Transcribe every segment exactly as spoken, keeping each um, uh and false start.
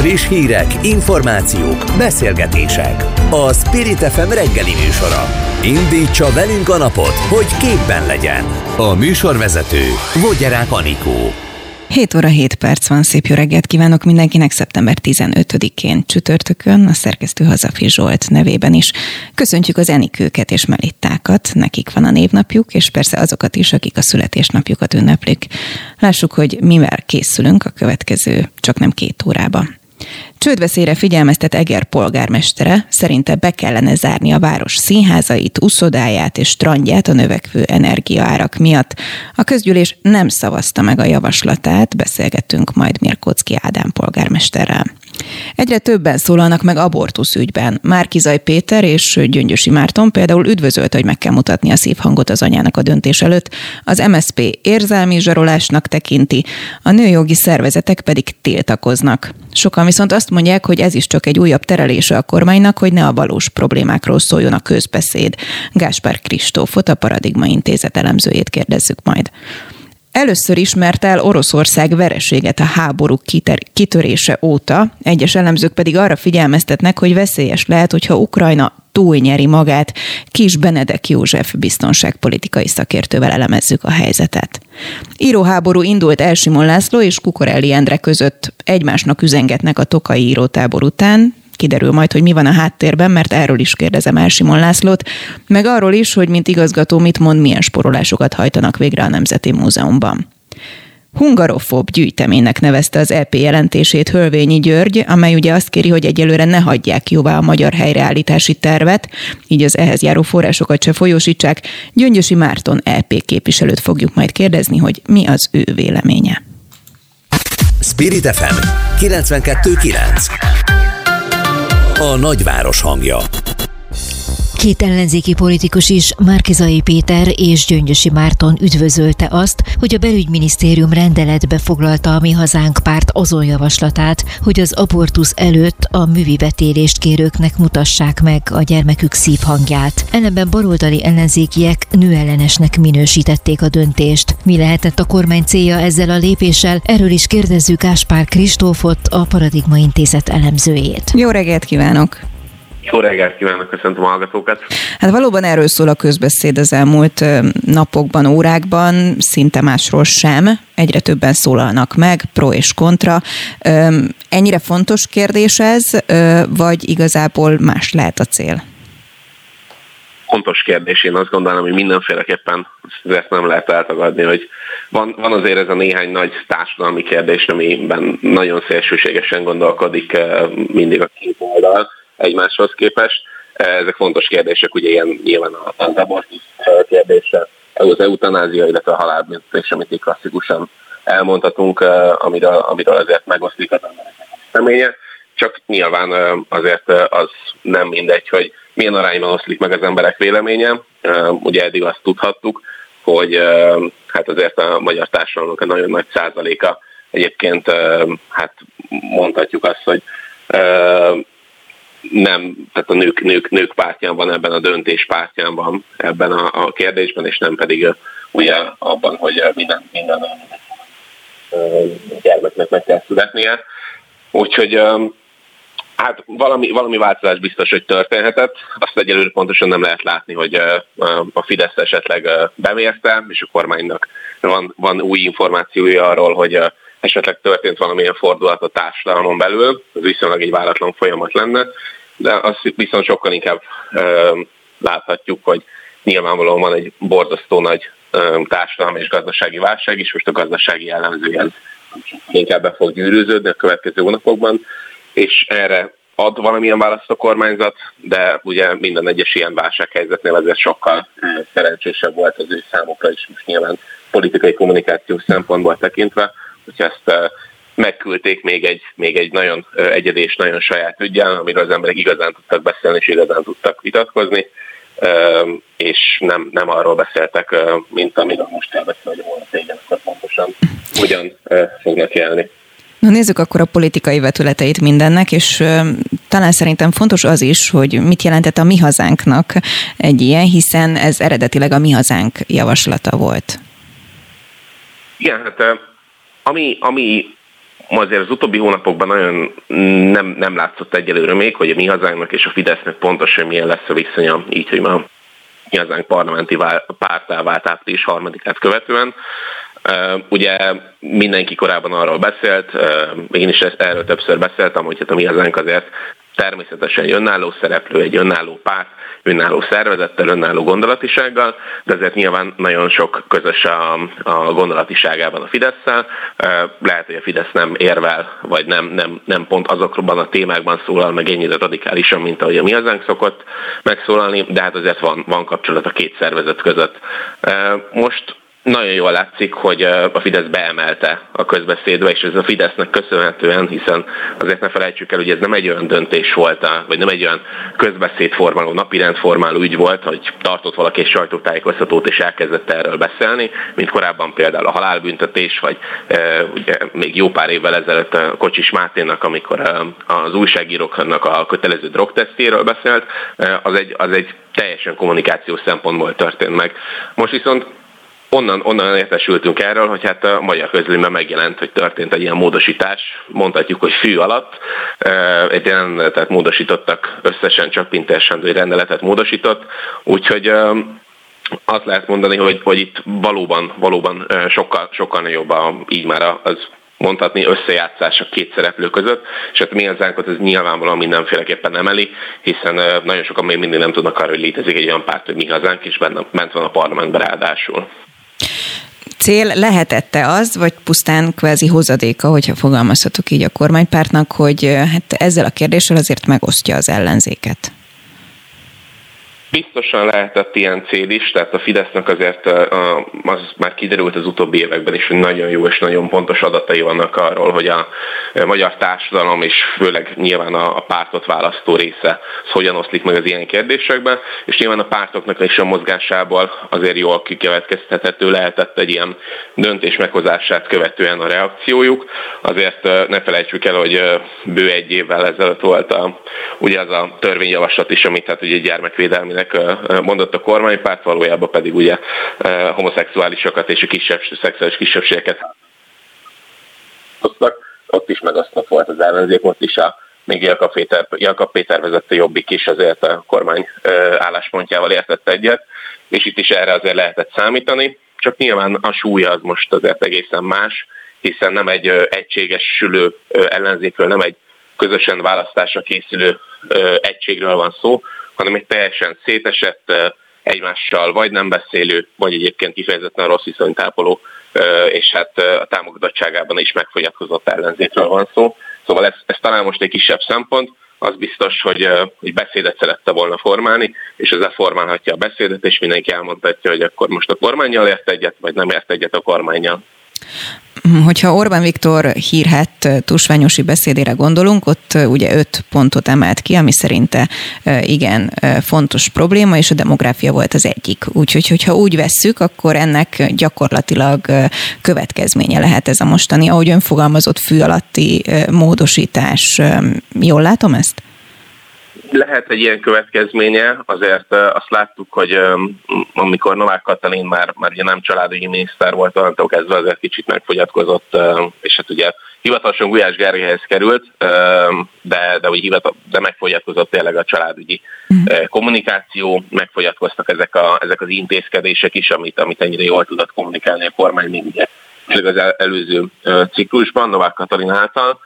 Friss hírek, információk, beszélgetések. A Spirit ef em reggeli műsora. Indítsa velünk a napot, hogy képben legyen. A műsorvezető Vogyarák Anikó. hét óra hét perc van, szép jó reggelt kívánok mindenkinek szeptember tizenötödikén csütörtökön, a szerkesztő Hazafi Zsolt nevében is. Köszöntjük az Enikőket és Melittákat, nekik van a névnapjuk, és persze azokat is, akik a születésnapjukat ünneplik. Lássuk, hogy mivel készülünk a következő csak nem két órában. Csődveszélyre figyelmeztet Eger polgármestere, szerinte be kellene zárni a város színházait, uszodáját és strandját a növekvő energiaárak miatt. A közgyűlés nem szavazta meg a javaslatát, beszélgettünk majd Mirkóczky Ádám polgármesterrel. Egyre többen szólalnak meg abortusz ügyben. Márki-Zay Péter és Gyöngyösi Márton például üdvözölte, hogy meg kell mutatni a szívhangot az anyának a döntés előtt, az em es zé pé érzelmi zsarolásnak tekinti, a nőjogi szervezetek pedig tiltakoznak. Sokan viszont azt mondják, hogy ez is csak egy újabb terelése a kormánynak, hogy ne a valós problémákról szóljon a közbeszéd. Gáspár Kristófot, a Paradigma Intézet elemzőjét kérdezzük majd. Először ismert el Oroszország vereséget a háború kiter- kitörése óta, egyes elemzők pedig arra figyelmeztetnek, hogy veszélyes lehet, hogyha Ukrajna túlnyeri magát. Kis Benedek József biztonságpolitikai szakértővel elemezzük a helyzetet. Íróháború indult Elsimon László és Kukorelli Endre között. Egymásnak üzengetnek a tokaji írótábor után. Kiderül majd, hogy mi van a háttérben, mert erről is kérdezem Elsimon Lászlót, meg arról is, hogy mint igazgató mit mond, milyen sporolásokat hajtanak végre a Nemzeti Múzeumban. Hungarofób gyűjteménynek nevezte az é pé jelentését Hölvényi György, amely ugye azt kéri, hogy egyelőre ne hagyják jóvá a magyar helyreállítási tervet, így az ehhez járó forrásokat se folyósítsák. Gyöngyösi Márton é pé képviselőt fogjuk majd kérdezni, hogy mi az ő véleménye. Spirit ef em kilencvenkettő kilenc. A nagyváros hangja. Két ellenzéki politikus is, Márki-Zay Péter és Gyöngyösi Márton üdvözölte azt, hogy a belügyminisztérium rendeletbe foglalta a Mi Hazánk párt azon javaslatát, hogy az abortusz előtt a művivetélést kérőknek mutassák meg a gyermekük szívhangját. Ellenben baloldali ellenzékiek nőellenesnek minősítették a döntést. Mi lehetett a kormány célja ezzel a lépéssel? Erről is kérdezzük Gáspár Kristófot, a Paradigma Intézet elemzőjét. Jó reggelt kívánok! Jó reggelt kívánok, köszöntöm a hallgatókat! Hát valóban erről szól a közbeszéd az elmúlt napokban, órákban, szinte másról sem. Egyre többen szólalnak meg, pro és kontra. Ennyire fontos kérdés ez, vagy igazából más lehet a cél? Fontos kérdés, én azt gondolom, hogy mindenféleképpen ezt nem lehet eltagadni, hogy van, van azért ez a néhány nagy társadalmi kérdés, amiben nagyon szélsőségesen gondolkodik mindig a két oldal egymáshoz képest. Ezek fontos kérdések, ugye ilyen nyilván az abortusz kérdése, az eutanázia, illetve a halálbüntetés, amit így klasszikusan elmondhatunk, amiről, amiről azért megoszlik az emberek személye. Csak nyilván azért az nem mindegy, hogy milyen arányban oszlik meg az emberek véleménye. Ugye eddig azt tudhattuk, hogy hát azért a magyar társadalomnak a nagyon nagy százaléka egyébként hát mondhatjuk azt, hogy nem, tehát a nők, nők, nők pártján van, ebben a döntés pártján van ebben a, a kérdésben, és nem pedig ugye abban, hogy minden, minden gyermeknek meg kell születnie. Úgyhogy hát valami, valami változás biztos, hogy történhetett. Azt egyelőre pontosan nem lehet látni, hogy a Fidesz esetleg bemérte, és a kormánynak van, van új információja arról, hogy esetleg történt valamilyen fordulat a társadalmon belül, ez viszonylag egy váratlan folyamat lenne, de azt viszont sokkal inkább ö, láthatjuk, hogy nyilvánvalóan van egy borzasztó nagy ö, társadalmi és gazdasági válság is, most a gazdasági jellemzője inkább be fog gyűrűződni a következő hónapokban, és erre ad valamilyen választ a kormányzat, de ugye minden egyes ilyen válsághelyzetnél azért sokkal szerencsésebb volt az ő számukra is, most nyilván politikai kommunikációs szempontból tekintve, hogyha ezt megküldték még egy, még egy nagyon egyedi és nagyon saját ügyen, amiről az emberek igazán tudtak beszélni és igazán tudtak vitatkozni, és nem, nem arról beszéltek, mint amiről most elbeszél, hogy holnap igen, akkor pontosan hogyan fognak élni. Na nézzük akkor a politikai vetületeit mindennek, és uh, talán szerintem fontos az is, hogy mit jelentett a Mi Hazánknak egy ilyen, hiszen ez eredetileg a Mi Hazánk javaslata volt. Igen, hát ami, ami azért az utóbbi hónapokban nagyon nem, nem látszott egyelőre még, hogy a Mi Hazánknak és a Fidesznek pontosan milyen lesz a viszonya, így, hogy ma Mi Hazánk parlamenti párttá vált április harmadikát követően. Uh, ugye mindenki korábban arról beszélt, uh, én is ezt, erről többször beszéltem, hogy hát a Mi Hazánk azért természetesen egy önálló szereplő, egy önálló párt, önálló szervezettel, önálló gondolatisággal, de azért nyilván nagyon sok közös a, a gondolatiságában a Fidesszel. Lehet, hogy a Fidesz nem érvel, vagy nem, nem, nem pont azokban a témákban szólal meg ennyire radikálisan, mint ahogy a Mi Hazánk szokott megszólalni, de hát azért van, van kapcsolat a két szervezet között. Most nagyon jól látszik, hogy a Fidesz beemelte a közbeszédbe, és ez a Fidesznek köszönhetően, hiszen azért ne felejtsük el, hogy ez nem egy olyan döntés volt, vagy nem egy olyan közbeszédformáló, napirendformáló ügy volt, hogy tartott valaki egy sajtótájékoztatót és elkezdett erről beszélni, mint korábban például a halálbüntetés, vagy ugye még jó pár évvel ezelőtt a Kocsis Máténnak, amikor az újságíróknak a kötelező drogtesztjéről beszélt, az egy, az egy teljesen kommunikációs szempontból történt meg. Most viszont Onnan, onnan értesültünk erről, hogy hát a magyar közlőnyben megjelent, hogy történt egy ilyen módosítás, mondhatjuk, hogy fű alatt. Egy rendeletet módosítottak, összesen csak Pintér Sándor egy rendeletet módosított, úgyhogy azt lehet mondani, hogy, hogy itt valóban, valóban sokkal, sokkal nagyobb a, így már az mondhatni összejátszás a két szereplő között, és hát Mi Hazánkot ez nyilvánvalóan mindenféleképpen emeli, hiszen nagyon sokan még mindig nem tudnak arra, hogy létezik egy olyan párt, hogy Mi Hazánk is benne, bent van a parlamentben ráadásul. Cél lehetette az, vagy pusztán kvázi hozadéka, hogyha fogalmazhatok így a kormánypártnak, hogy hát ezzel a kérdéssel azért megosztja az ellenzéket? Biztosan lehetett ilyen cél is, tehát a Fidesznek azért az már kiderült az utóbbi években is, hogy nagyon jó és nagyon pontos adatai vannak arról, hogy a magyar társadalom és főleg nyilván a pártot választó része hogyan oszlik meg az ilyen kérdésekben, és nyilván a pártoknak is a mozgásából azért jól kikövetkeztethető lehetett egy ilyen döntés meghozását követően a reakciójuk. Azért ne felejtsük el, hogy bő egy évvel ezelőtt volt a, ugye az a törvényjavaslat is, amit hát ugye gyermekvédelminek mondott a kormánypárt, valójában pedig ugye homoszexuálisokat és a kisebb, szexuális kisebbségeket hoztak. Ott is megosztott volt az ellenzék, ott is a még Jakab Péter, Jakab Péter vezette Jobbik is azért a kormány álláspontjával értett egyet, és itt is erre azért lehetett számítani, csak nyilván a súlya az most azért egészen más, hiszen nem egy egységesülő ellenzékről, nem egy közösen választásra készülő egységről van szó, hanem egy teljesen szétesett, egymással vagy nem beszélő, vagy egyébként kifejezetten rossz viszonyt ápoló, és hát a támogatottságában is megfogyatkozott ellenzékről van szó. Szóval ez, ez talán most egy kisebb szempont, az biztos, hogy, hogy beszédet szerette volna formálni, és ezzel formálhatja a beszédet, és mindenki elmondhatja, hogy akkor most a kormánnyal ért egyet, vagy nem ért egyet a kormánnyal. Hogyha Orbán Viktor hírhedt tusványosi beszédére gondolunk, ott ugye öt pontot emelt ki, ami szerinte igen fontos probléma, és a demográfia volt az egyik. Úgyhogy, hogyha úgy vesszük, akkor ennek gyakorlatilag következménye lehet ez a mostani, ahogy ön fogalmazott, fű alatti módosítás. Jól látom ezt? Lehet egy ilyen következménye, azért azt láttuk, hogy amikor Novák Katalin már, már ugye nem családügyi miniszter volt, onnantól kezdve azért kicsit megfogyatkozott, és hát ugye hivatalosan Gulyás Gergelyhez került, de, de, úgy hivatal, de megfogyatkozott tényleg a családügyi kommunikáció, megfogyatkoztak ezek, a, ezek az intézkedések is, amit, amit ennyire jól tudott kommunikálni a kormány még ugye az előző ciklusban Novák Katalin által.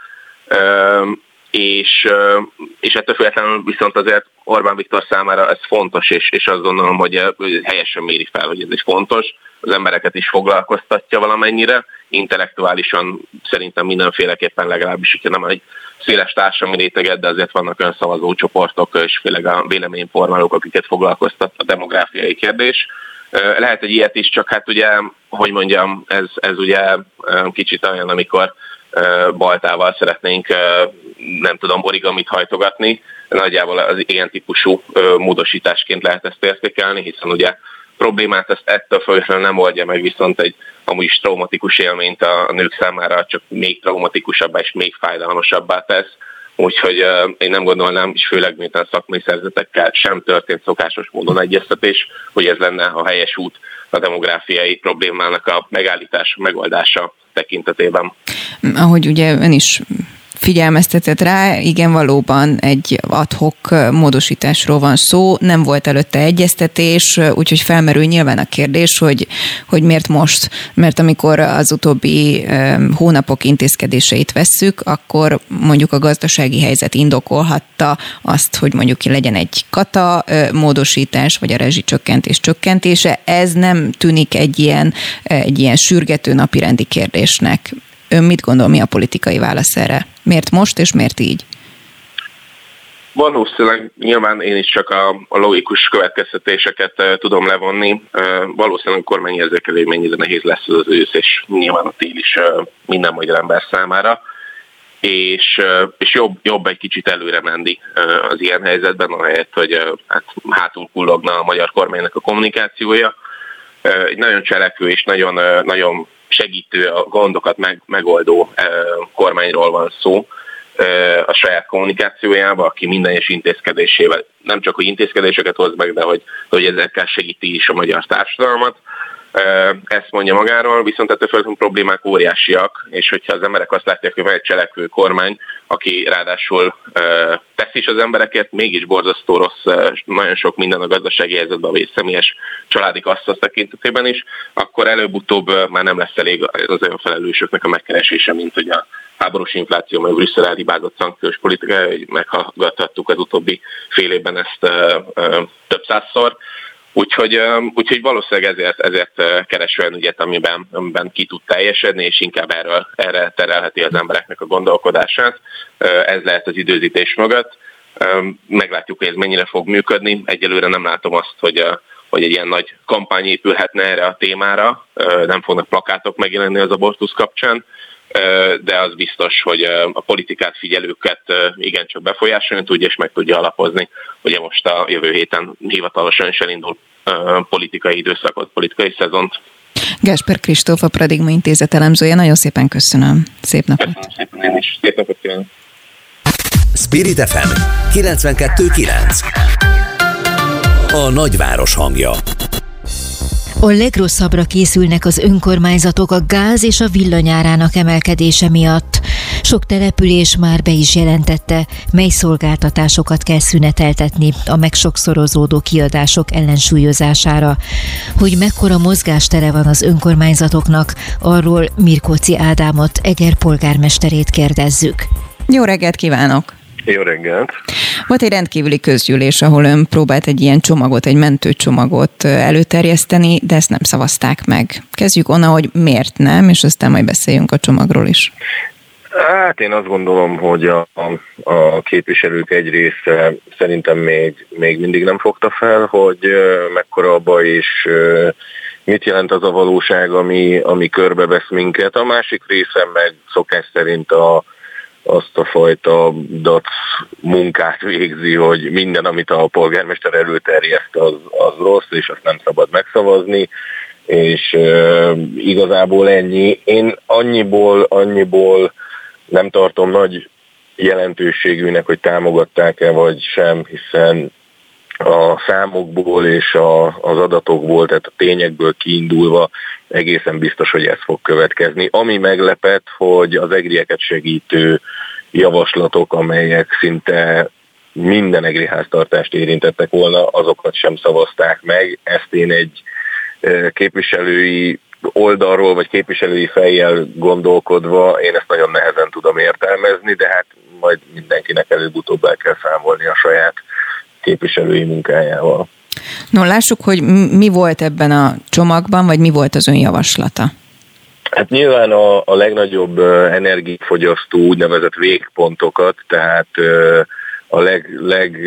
És, és ettől függetlenül viszont azért Orbán Viktor számára ez fontos, és, és azt gondolom, hogy helyesen méri fel, hogy ez is fontos. Az embereket is foglalkoztatja valamennyire, intellektuálisan szerintem mindenféleképpen, legalábbis, hogyha nem egy széles társadalmi réteget, de azért vannak olyan szavazócsoportok, és főleg a véleményformálók, akiket foglalkoztat a demográfiai kérdés. Lehet egy ilyet is, csak hát ugye, hogy mondjam, ez, ez ugye kicsit olyan, amikor baltával szeretnénk, nem tudom, origamit hajtogatni. Nagyjából az ilyen típusú módosításként lehet ezt értékelni, hiszen ugye problémát ezt ettől függetlenül nem oldja meg, viszont egy amúgy is traumatikus élményt a nők számára csak még traumatikusabbá és még fájdalmasabbá tesz. Úgyhogy én nem gondolnám, és főleg miután szakmai szervezetekkel sem történt szokásos módon egyeztetés, hogy ez lenne a helyes út a demográfiai problémának a megállítása, megoldása tekintetében. ahogy ugye ön is figyelmeztetett rá, igen, valóban egy ad-hoc módosításról van szó, nem volt előtte egyeztetés, úgyhogy felmerül nyilván a kérdés, hogy, hogy miért most, mert amikor az utóbbi hónapok intézkedéseit vesszük, akkor mondjuk a gazdasági helyzet indokolhatta azt, hogy mondjuk legyen egy kata módosítás, vagy a rezsicsökkentés csökkentése. Ez nem tűnik egy ilyen, egy ilyen sürgető napirendi kérdésnek. Ön mit gondol, mi a politikai válasz erre? Miért most, és miért így? Valószínűleg nyilván én is csak a, a logikus következtetéseket uh, tudom levonni. Uh, valószínűleg a kormány érzékelő, hogy mennyire nehéz lesz az, az ősz, és nyilván a tél is uh, minden magyar ember számára. És, uh, és jobb, jobb egy kicsit előre menni uh, az ilyen helyzetben, ahelyett, hogy uh, hát, hátul kullogna a magyar kormánynak a kommunikációja. Uh, egy nagyon cselekvő és nagyon, uh, nagyon segítő, a gondokat meg, megoldó e, kormányról van szó e, a saját kommunikációjában, aki minden egyes intézkedésével nem csak, hogy intézkedéseket hoz meg, de hogy, hogy ezekkel segíti is a magyar társadalmat. E, ezt mondja magáról, viszont ettől földön problémák óriásiak, és hogyha az emberek azt látják, hogy van egy cselekvő kormány, aki ráadásul e, tesz is az embereket, mégis borzasztó rossz, e, nagyon sok minden a gazdasági helyzetben, vagy személyes családi kassza tekintetében is, akkor előbb-utóbb e, már nem lesz elég az olyan felelősöknek a megkeresése, mint hogy a háborús infláció, meg Brüsszel elhibázott szankciós politika, hogy meghallgathattuk az utóbbi fél évben ezt e, e, több százszor. Úgyhogy, úgyhogy valószínűleg ezért, ezért keres olyan ügyet, amiben, amiben ki tud teljesedni, és inkább erről, erre terelheti az embereknek a gondolkodását. Ez lehet az időzítés mögött. Meglátjuk, hogy ez mennyire fog működni. Egyelőre nem látom azt, hogy, hogy egy ilyen nagy kampány épülhetne erre a témára. Nem fognak plakátok megjelenni az abortusz kapcsán, de az biztos, hogy a politikát figyelőket igencsak befolyásolni tudja, és meg tudja alapozni. Ugye most a jövő héten hivatalosan is elindul politikai időszakot, politikai szezont. Gásper Kristóf, a Paradigma Intézet elemzője. Nagyon szépen köszönöm. Szép napot. Köszönöm szépen én is. Szép napot kívánok. Spirit ef em kilencvenkettő kilenc. A nagyváros hangja. A legrosszabbra készülnek az önkormányzatok a gáz és a villanyárának emelkedése miatt. Sok település már be is jelentette, mely szolgáltatásokat kell szüneteltetni a megsokszorozódó kiadások ellensúlyozására. Hogy mekkora mozgástere van az önkormányzatoknak, arról Mirkóczy Ádámot, Eger polgármesterét kérdezzük. Jó reggelt kívánok! Jó reggelt! Volt egy rendkívüli közgyűlés, ahol ön próbált egy ilyen csomagot, egy mentőcsomagot előterjeszteni, de ezt nem szavazták meg. Kezdjük onnan, hogy miért nem, és aztán majd beszéljünk a csomagról is. Hát én azt gondolom, hogy a, a képviselők egy része szerintem még, még mindig nem fogta fel, hogy mekkora a baj és mit jelent az a valóság, ami, ami körbevesz minket. A másik része meg szokás szerint a azt a fajta dac munkát végzi, hogy minden, amit a polgármester előterjeszt, az, az rossz, és azt nem szabad megszavazni, és e, igazából ennyi. Én annyiból, annyiból nem tartom nagy jelentőségűnek, hogy támogatták-e vagy sem, hiszen a számokból és a, az adatokból, tehát a tényekből kiindulva egészen biztos, hogy ez fog következni. Ami meglepett, hogy az egrieket segítő javaslatok, amelyek szinte minden egri háztartást érintettek volna, azokat sem szavazták meg. Ezt én egy képviselői oldalról, vagy képviselői fejjel gondolkodva, én ezt nagyon nehezen tudom értelmezni, de hát majd mindenkinek előbb-utóbb el kell számolni a saját képviselői munkájával. No, lássuk, hogy mi volt ebben a csomagban, vagy mi volt az ön javaslata? Hát nyilván a, a legnagyobb energiafogyasztó úgynevezett végpontokat, tehát a leg, leg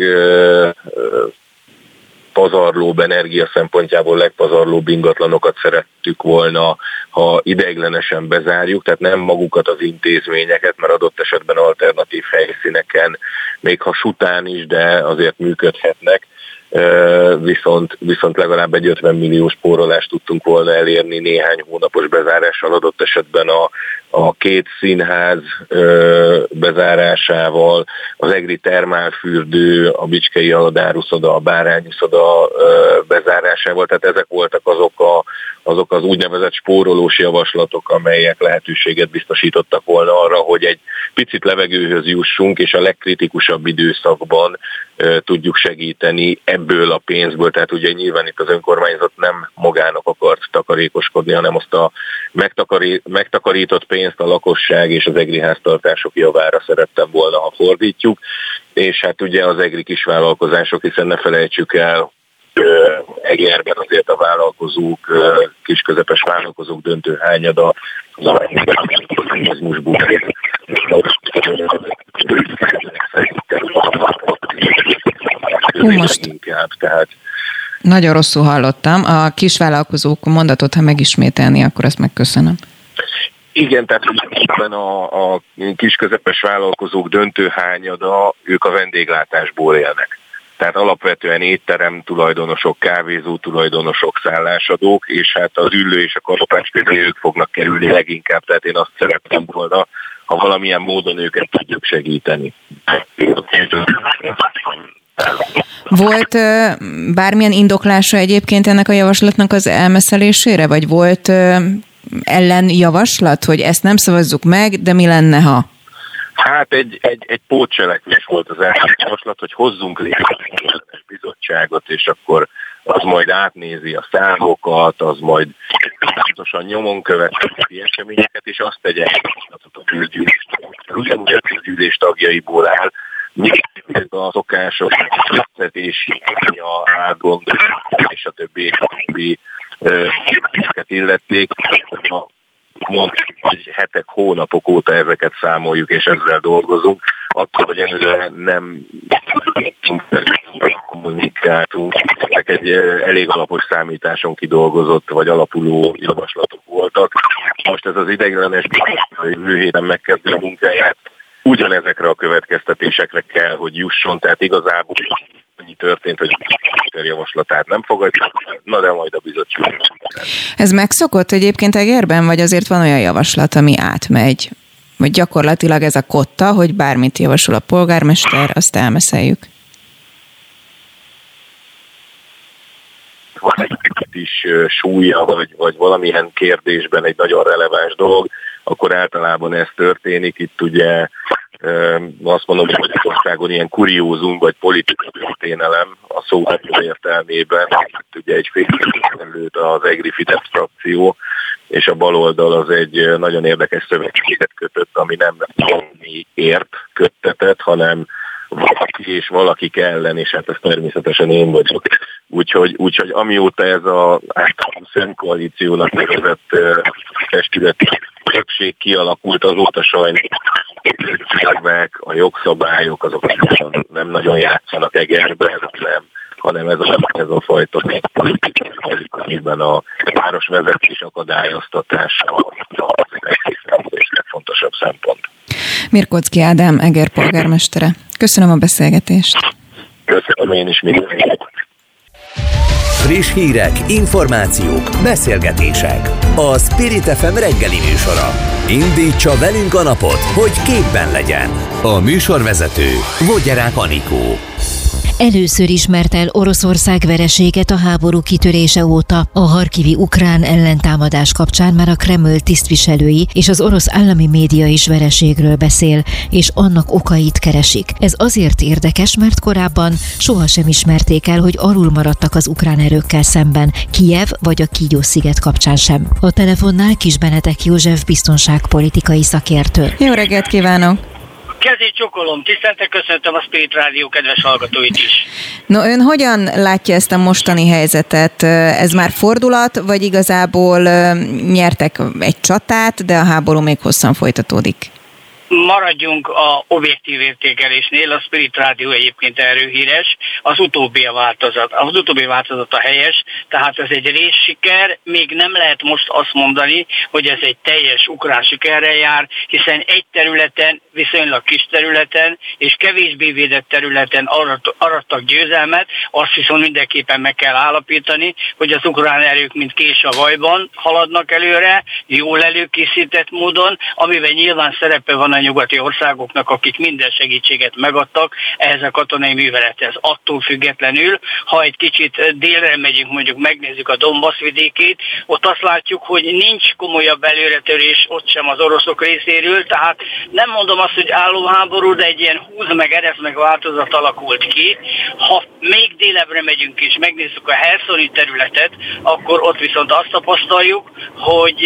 pazarlóbb energia szempontjából legpazarlóbb ingatlanokat szerettük volna, ha ideiglenesen bezárjuk, tehát nem magukat az intézményeket, mert adott esetben alternatív helyszíneken, még ha sután is, de azért működhetnek, viszont, viszont legalább egy ötven milliós spórolást tudtunk volna elérni néhány hónapos bezárással, adott esetben a, a két színház bezárásával, az egri termálfürdő, a bicskei aladáruszoda, a bárányuszoda bezárásával, tehát ezek voltak azok a, azok az úgynevezett spórolós javaslatok, amelyek lehetőséget biztosítottak volna arra, hogy egy picit levegőhöz jussunk, és a legkritikusabb időszakban e, tudjuk segíteni ebből a pénzből. Tehát ugye nyilván itt az önkormányzat nem magának akart takarékoskodni, hanem azt a megtakarít, megtakarított pénzt a lakosság és az egri háztartások javára szerettem volna, ha fordítjuk. És hát ugye az egri kisvállalkozások, hiszen ne felejtsük el, Egerben azért a vállalkozók, kis-közepes vállalkozók döntő hányada az turizmusból. Most inkább, tehát nagyon rosszul hallottam. A kisvállalkozók mondatot, ha megismételni, akkor azt megköszönöm. Igen, tehát a, a kis-közepes vállalkozók döntő hányada, ők a vendéglátásból élnek. Tehát alapvetően étterem tulajdonosok, kávézó tulajdonosok, szállásadók, és hát az üllő és a kalapács közé ők fognak kerülni leginkább, tehát én azt szerettem volna, ha valamilyen módon őket tudjuk segíteni. Volt ö, bármilyen indoklása egyébként ennek a javaslatnak az elmeszelésére, vagy volt ö, ellenjavaslat, hogy ezt nem szavazzuk meg, de mi lenne, ha? Hát egy, egy, egy pótcselekvés volt az első javaslat, hogy hozzunk létre egy bizottságot, és akkor az majd átnézi a számokat, az majd pontosan nyomon követi eseményeket, és azt tegye javaslatot a külgyűlés. Ugyanúgy a külgyűlés tagjaiból áll, mindig a szokásos összetési, a átgondolás, és a többi, a többi ezeket illették. Mondjuk, hogy hetek, hónapok óta ezeket számoljuk, és ezzel dolgozunk. Attól, hogy előre nem kommunikáltunk, ezek egy elég alapos számításon kidolgozott, vagy alapuló javaslatok voltak. Most ez az ideiglenes jövő héten megkezdő a munkáját, ugyanezekre a következtetésekre kell, hogy jusson, tehát igazából annyi történt, hogy a javaslatát nem fogadjuk, na de majd a bizottság. Ez megszokott egyébként Egerben, vagy azért van olyan javaslat, ami átmegy? Vagy gyakorlatilag ez a kotta, hogy bármit javasol a polgármester, azt elmeszeljük? Van egy is súlya, vagy, vagy valamilyen kérdésben egy nagyon releváns dolog, akkor általában ez történik. Itt ugye azt mondom, hogy Magyarországon ilyen kuriózum, vagy politikai történelem a szó értelmében. Itt ugye egy fél előtt az egri Fidesz frakció, és a baloldal az egy nagyon érdekes szövetséget kötött, ami nem valamiért köttetett, hanem valaki és valakik ellen, és hát ez természetesen én vagyok. Úgyhogy, úgyhogy amióta ez a általában szönkoalíciónak nevezett testületi többség kialakult, azóta sajnos a jogszabályok, azok nem nagyon játszanak Egerben, nem, hanem ez a, ez a fajta politikai, amiben a városvezetés akadályoztatása az egy legfontosabb szempont. Mirkóczky Ádám, Eger polgármestere. Köszönöm a beszélgetést. Köszönöm én is mindenkinek. Friss hírek, információk, beszélgetések. A Spirit ef em reggeli műsora. Indítsa velünk a napot, hogy képben legyen. A műsorvezető Vogyerák Anikó. Először ismert el Oroszország vereséget a háború kitörése óta. A harkivi ukrán ellentámadás kapcsán már a Kreml tisztviselői és az orosz állami média is vereségről beszél, és annak okait keresik. Ez azért érdekes, mert korábban sohasem ismerték el, hogy alul maradtak az ukrán erőkkel szemben, Kijev vagy a Kígyó-sziget kapcsán sem. A telefonnál Kis Benedek József biztonságpolitikai szakértő. Jó reggelt kívánok! Kezét csokolom, tisztelettel köszöntöm a Spirit Rádió kedves hallgatóit is. No, ön hogyan látja ezt a mostani helyzetet? Ez már fordulat, vagy igazából nyertek egy csatát, de a háború még hosszan folytatódik? Maradjunk a objektív értékelésnél, a Spirit Rádió egyébként erről híres, az utóbbi a változat. Az utóbbi változat a helyes, tehát ez egy részsiker, még nem lehet most azt mondani, hogy ez egy teljes ukrán sikerrel jár, hiszen egy területen, viszonylag kis területen és kevésbé védett területen arattak győzelmet, azt viszont mindenképpen meg kell állapítani, hogy az ukrán erők mint kés a vajban haladnak előre, jól előkészített módon, amiben nyilván szerepe van a olyan nyugati országoknak, akik minden segítséget megadtak ehhez a katonai művelethez. Attól függetlenül, ha egy kicsit délre megyünk, mondjuk megnézzük a Donbass vidékét, ott azt látjuk, hogy nincs komolyabb előretörés ott sem az oroszok részéről, tehát nem mondom azt, hogy álló háború, de egy ilyen húz meg eresz meg változat alakult ki. Ha még délebbre megyünk és megnézzük a Herszoni területet, akkor ott viszont azt tapasztaljuk, hogy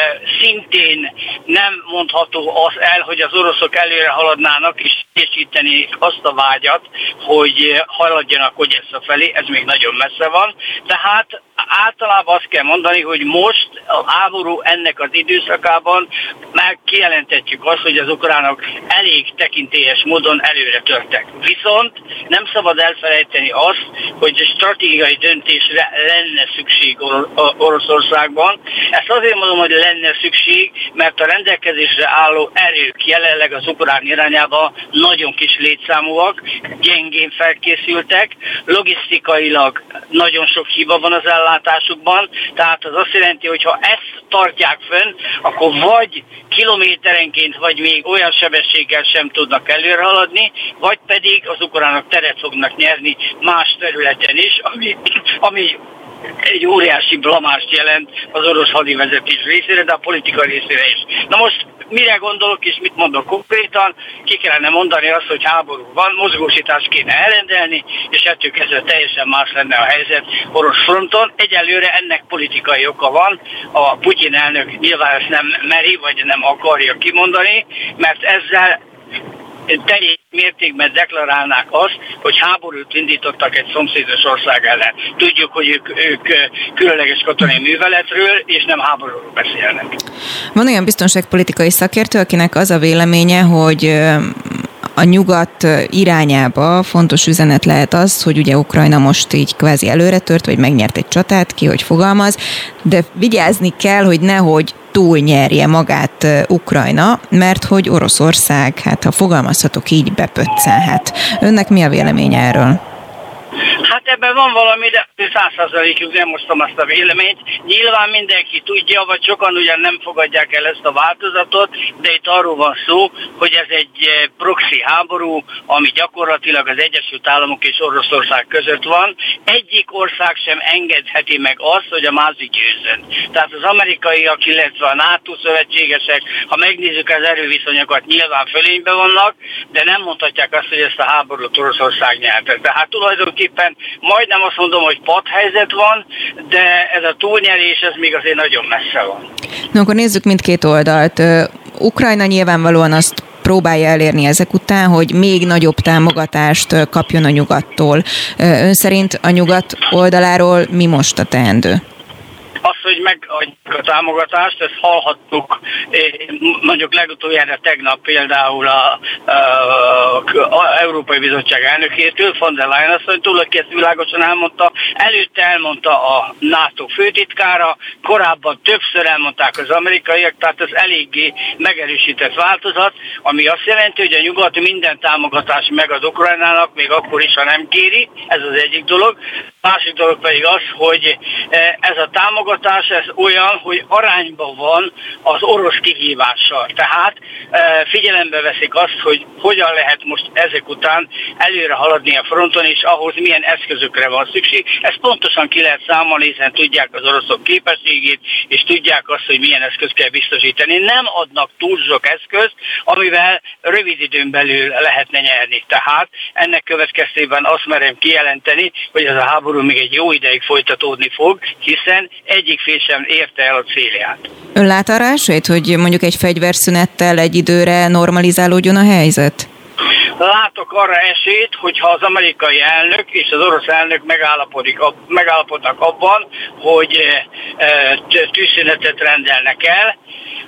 szintén nem mondható az el, hogy az oroszok előre haladnának és teljesíteni azt a vágyat, hogy haladjanak Ogyessza felé, ez még nagyon messze van. Tehát általában azt kell mondani, hogy most a háború ennek az időszakában már kijelentetjük azt, hogy az ukránok elég tekintélyes módon előre törtek. Viszont nem szabad elfelejteni azt, hogy stratégiai döntésre lenne szükség Or- Oroszországban. Ezt azért mondom, hogy lenne szükség, mert a rendelkezésre álló erők jelenleg az ukrán irányába nagyon kis létszámúak, gyengén felkészültek, logisztikailag nagyon sok hiba van az ellátásukban, tehát az azt jelenti, hogy ha ezt tartják fönn, akkor vagy kilométerenként, vagy még olyan sebességgel sem tudnak előre haladni, vagy pedig az ukránok teret fognak nyerni más területen is, ami, ami egy óriási blamást jelent az orosz hadivezetés részére, de a politika részére is. Na most mire gondolok és mit mondok konkrétan? Ki kellene mondani azt, hogy háború van, mozgósítást kéne elrendelni, és ettől kezdve teljesen más lenne a helyzet orosz fronton. Egyelőre ennek politikai oka van. A Putyin elnök nyilván ezt nem meri, vagy nem akarja kimondani, mert ezzel teljes mértékben deklarálnák azt, hogy háborút indítottak egy szomszédos ország ellen. Tudjuk, hogy ők, ők különleges katonai műveletről, és nem háborúról beszélnek. Van olyan biztonságpolitikai szakértő, akinek az a véleménye, hogy a nyugat irányába fontos üzenet lehet az, hogy ugye Ukrajna most így kvázi előretört, vagy megnyert egy csatát, ki hogy fogalmaz, de vigyázni kell, hogy nehogy túlnyerje magát Ukrajna, mert hogy Oroszország, hát ha fogalmazhatok így, bepöccenhet. Önnek mi a véleménye erről? Hát ebben van valami, de száz százalékig nem osztom azt a véleményt. Nyilván mindenki tudja, vagy sokan ugyan nem fogadják el ezt a változatot, de itt arról van szó, hogy ez egy proxy háború, ami gyakorlatilag az Egyesült Államok és Oroszország között van. Egyik ország sem engedheti meg azt, hogy a másik győzzön. Tehát az amerikaiak, illetve a NATO szövetségesek, ha megnézzük az erőviszonyokat, nyilván fölényben vannak, de nem mondhatják azt, hogy ezt a háborút Oroszország nyerte. Tehát tulajdonképpen majdnem azt mondom, hogy padhelyzet van, de ez a túlnyerés, ez még azért nagyon messze van. Na akkor nézzük mindkét oldalt. Ukrajna nyilvánvalóan azt próbálja elérni ezek után, hogy még nagyobb támogatást kapjon a nyugattól. Ön szerint a nyugat oldaláról mi most a teendő? Az, hogy megadjuk a támogatást, ezt hallhattuk mondjuk legutoljára tegnap például a, a, a Európai Bizottság elnökétől, von der Leyen asszonytól, aki ezt világosan elmondta, előtte elmondta a NATO főtitkára, korábban többször elmondták az amerikaiak, tehát ez eléggé megerősített változat, ami azt jelenti, hogy a nyugat minden támogatást megad Ukrajnának, még akkor is, ha nem kéri, ez az egyik dolog. A másik dolog pedig az, hogy ez a támogatás ez olyan, hogy arányban van az orosz kihívással. Tehát figyelembe veszik azt, hogy hogyan lehet most ezek után előre haladni a fronton, és ahhoz milyen eszközökre van szükség. Ezt pontosan ki lehet számolni, hiszen tudják az oroszok képességét, és tudják azt, hogy milyen eszközt kell biztosítani. Nem adnak túl sok eszközt, amivel rövid időn belül lehetne nyerni. Tehát ennek következtében azt merem kijelenteni, hogy ez a háború még egy jó ideig folytatódni fog, hiszen egyik fél sem érte el a célját. Ön lát arra esélyt, hogy mondjuk egy fegyverszünettel egy időre normalizálódjon a helyzet? Látok arra esélyt, hogyha az amerikai elnök és az orosz elnök megállapodik, megállapodnak abban, hogy tűzszünetet rendelnek el,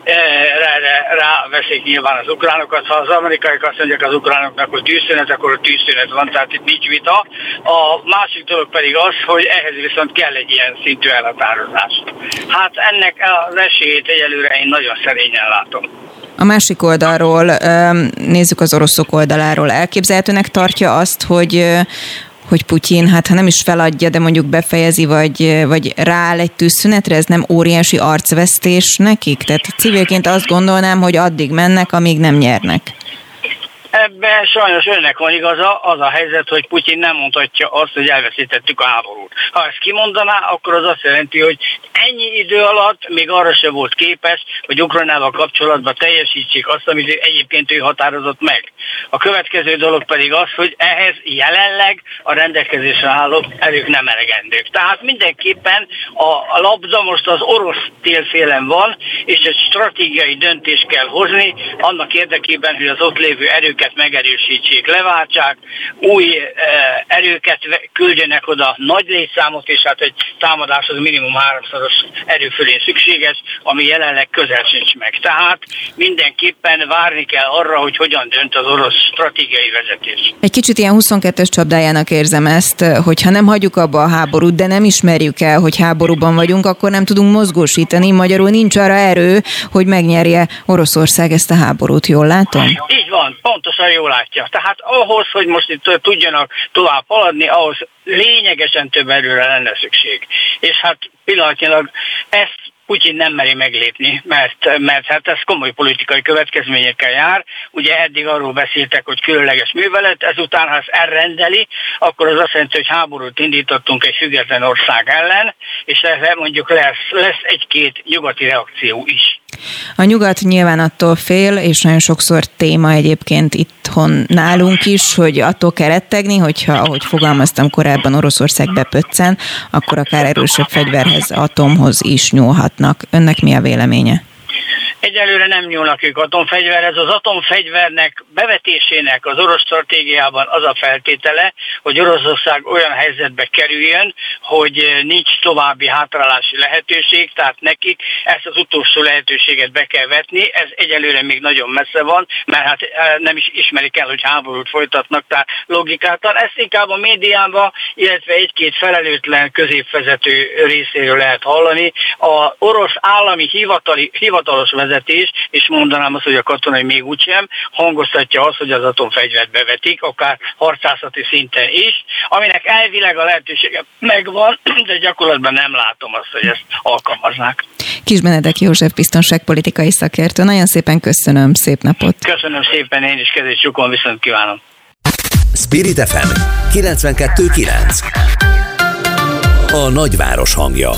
ráveszik nyilván az ukránokat. Ha az amerikaiak azt mondják az ukránoknak, hogy tűzszünet, akkor a tűzszünet van, tehát itt nincs vita. A másik dolog pedig az, hogy ehhez viszont kell egy ilyen szintű elhatározás. Hát ennek az esélyét egyelőre én nagyon szerényen látom. A másik oldalról, nézzük az oroszok oldaláról. Elképzelhetőnek tartja azt, hogy hogy Putyin, hát ha nem is feladja, de mondjuk befejezi, vagy, vagy rááll egy tűzszünetre, ez nem óriási arcvesztés nekik? Tehát civilként azt gondolnám, hogy addig mennek, amíg nem nyernek. Ebben sajnos önnek van igaza, az a helyzet, hogy Putyin nem mondhatja azt, hogy elveszítettük a háborút. Ha ezt kimondaná, akkor az azt jelenti, hogy ennyi idő alatt még arra se volt képes, hogy Ukrajnával kapcsolatban teljesítsék azt, amit egyébként ő határozott meg. A következő dolog pedig az, hogy ehhez jelenleg a rendelkezésre álló erők nem elegendők. Tehát mindenképpen a, a labda most az orosz télszélen van, és egy stratégiai döntést kell hozni annak érdekében, hogy az ott lévő erőket megerősítsék, leváltsák, új eh, erőket küldjenek oda, nagy létszámot, és hát egy támadáshoz minimum háromszoros erőfölén szükséges, ami jelenleg közel sincs meg. Tehát mindenképpen várni kell arra, hogy hogyan dönt az orosz stratégiai vezetés. Egy kicsit ilyen huszonkettes csapdájának érzem ezt, hogyha nem hagyjuk abba a háborút, de nem ismerjük el, hogy háborúban vagyunk, akkor nem tudunk mozgósítani, magyarul nincs arra erő, hogy megnyerje Oroszország ezt a háborút, jól látom? Így van, pontosan jól látja. Tehát ahhoz, hogy most itt tudjanak tovább haladni, ahhoz lényegesen több erőre lenne szükség. És hát pillanatnyilag ezt Putyin nem meri meglépni, mert, mert hát ez komoly politikai következményekkel jár. Ugye eddig arról beszéltek, hogy különleges művelet, ezután ha ezt elrendeli, akkor az azt jelenti, hogy háborút indítottunk egy független ország ellen, és erre mondjuk lesz, lesz egy-két nyugati reakció is. A nyugat nyilván attól fél, és nagyon sokszor téma egyébként itthon nálunk is, hogy attól kell rettegni, hogyha, ahogy fogalmaztam korábban, Oroszország bepöccen, akkor akár erősebb fegyverhez, atomhoz is nyúlhatnak. Önnek mi a véleménye? Egyelőre nem nyúlnak ők atomfegyverhez. Az atomfegyvernek bevetésének az orosz stratégiában az a feltétele, hogy Oroszország olyan helyzetbe kerüljön, hogy nincs további hátrálási lehetőség, tehát nekik ezt az utolsó lehetőséget be kell vetni. Ez egyelőre még nagyon messze van, mert hát nem is ismerik el, hogy háborút folytatnak, tehát logikáltan. Ezt inkább a médiában, illetve egy-két felelőtlen középvezető részéről lehet hallani. Az orosz állami hivatali, hivatalos vezetés, és mondanám azt, hogy a katonai még úgysem, hangoztatja azt, hogy az atomfegyvert bevetik, akár harcászati szinten is, aminek elvileg a lehetősége megvan, de gyakorlatban nem látom azt, hogy ezt alkalmaznák. Kis Benedek József biztonságpolitikai szakértő. Nagyon szépen köszönöm, szép napot! Köszönöm szépen, én is kezét csukon, viszont kívánom! Spirit ef em kilencvenkettő kilenc. A nagyváros hangja.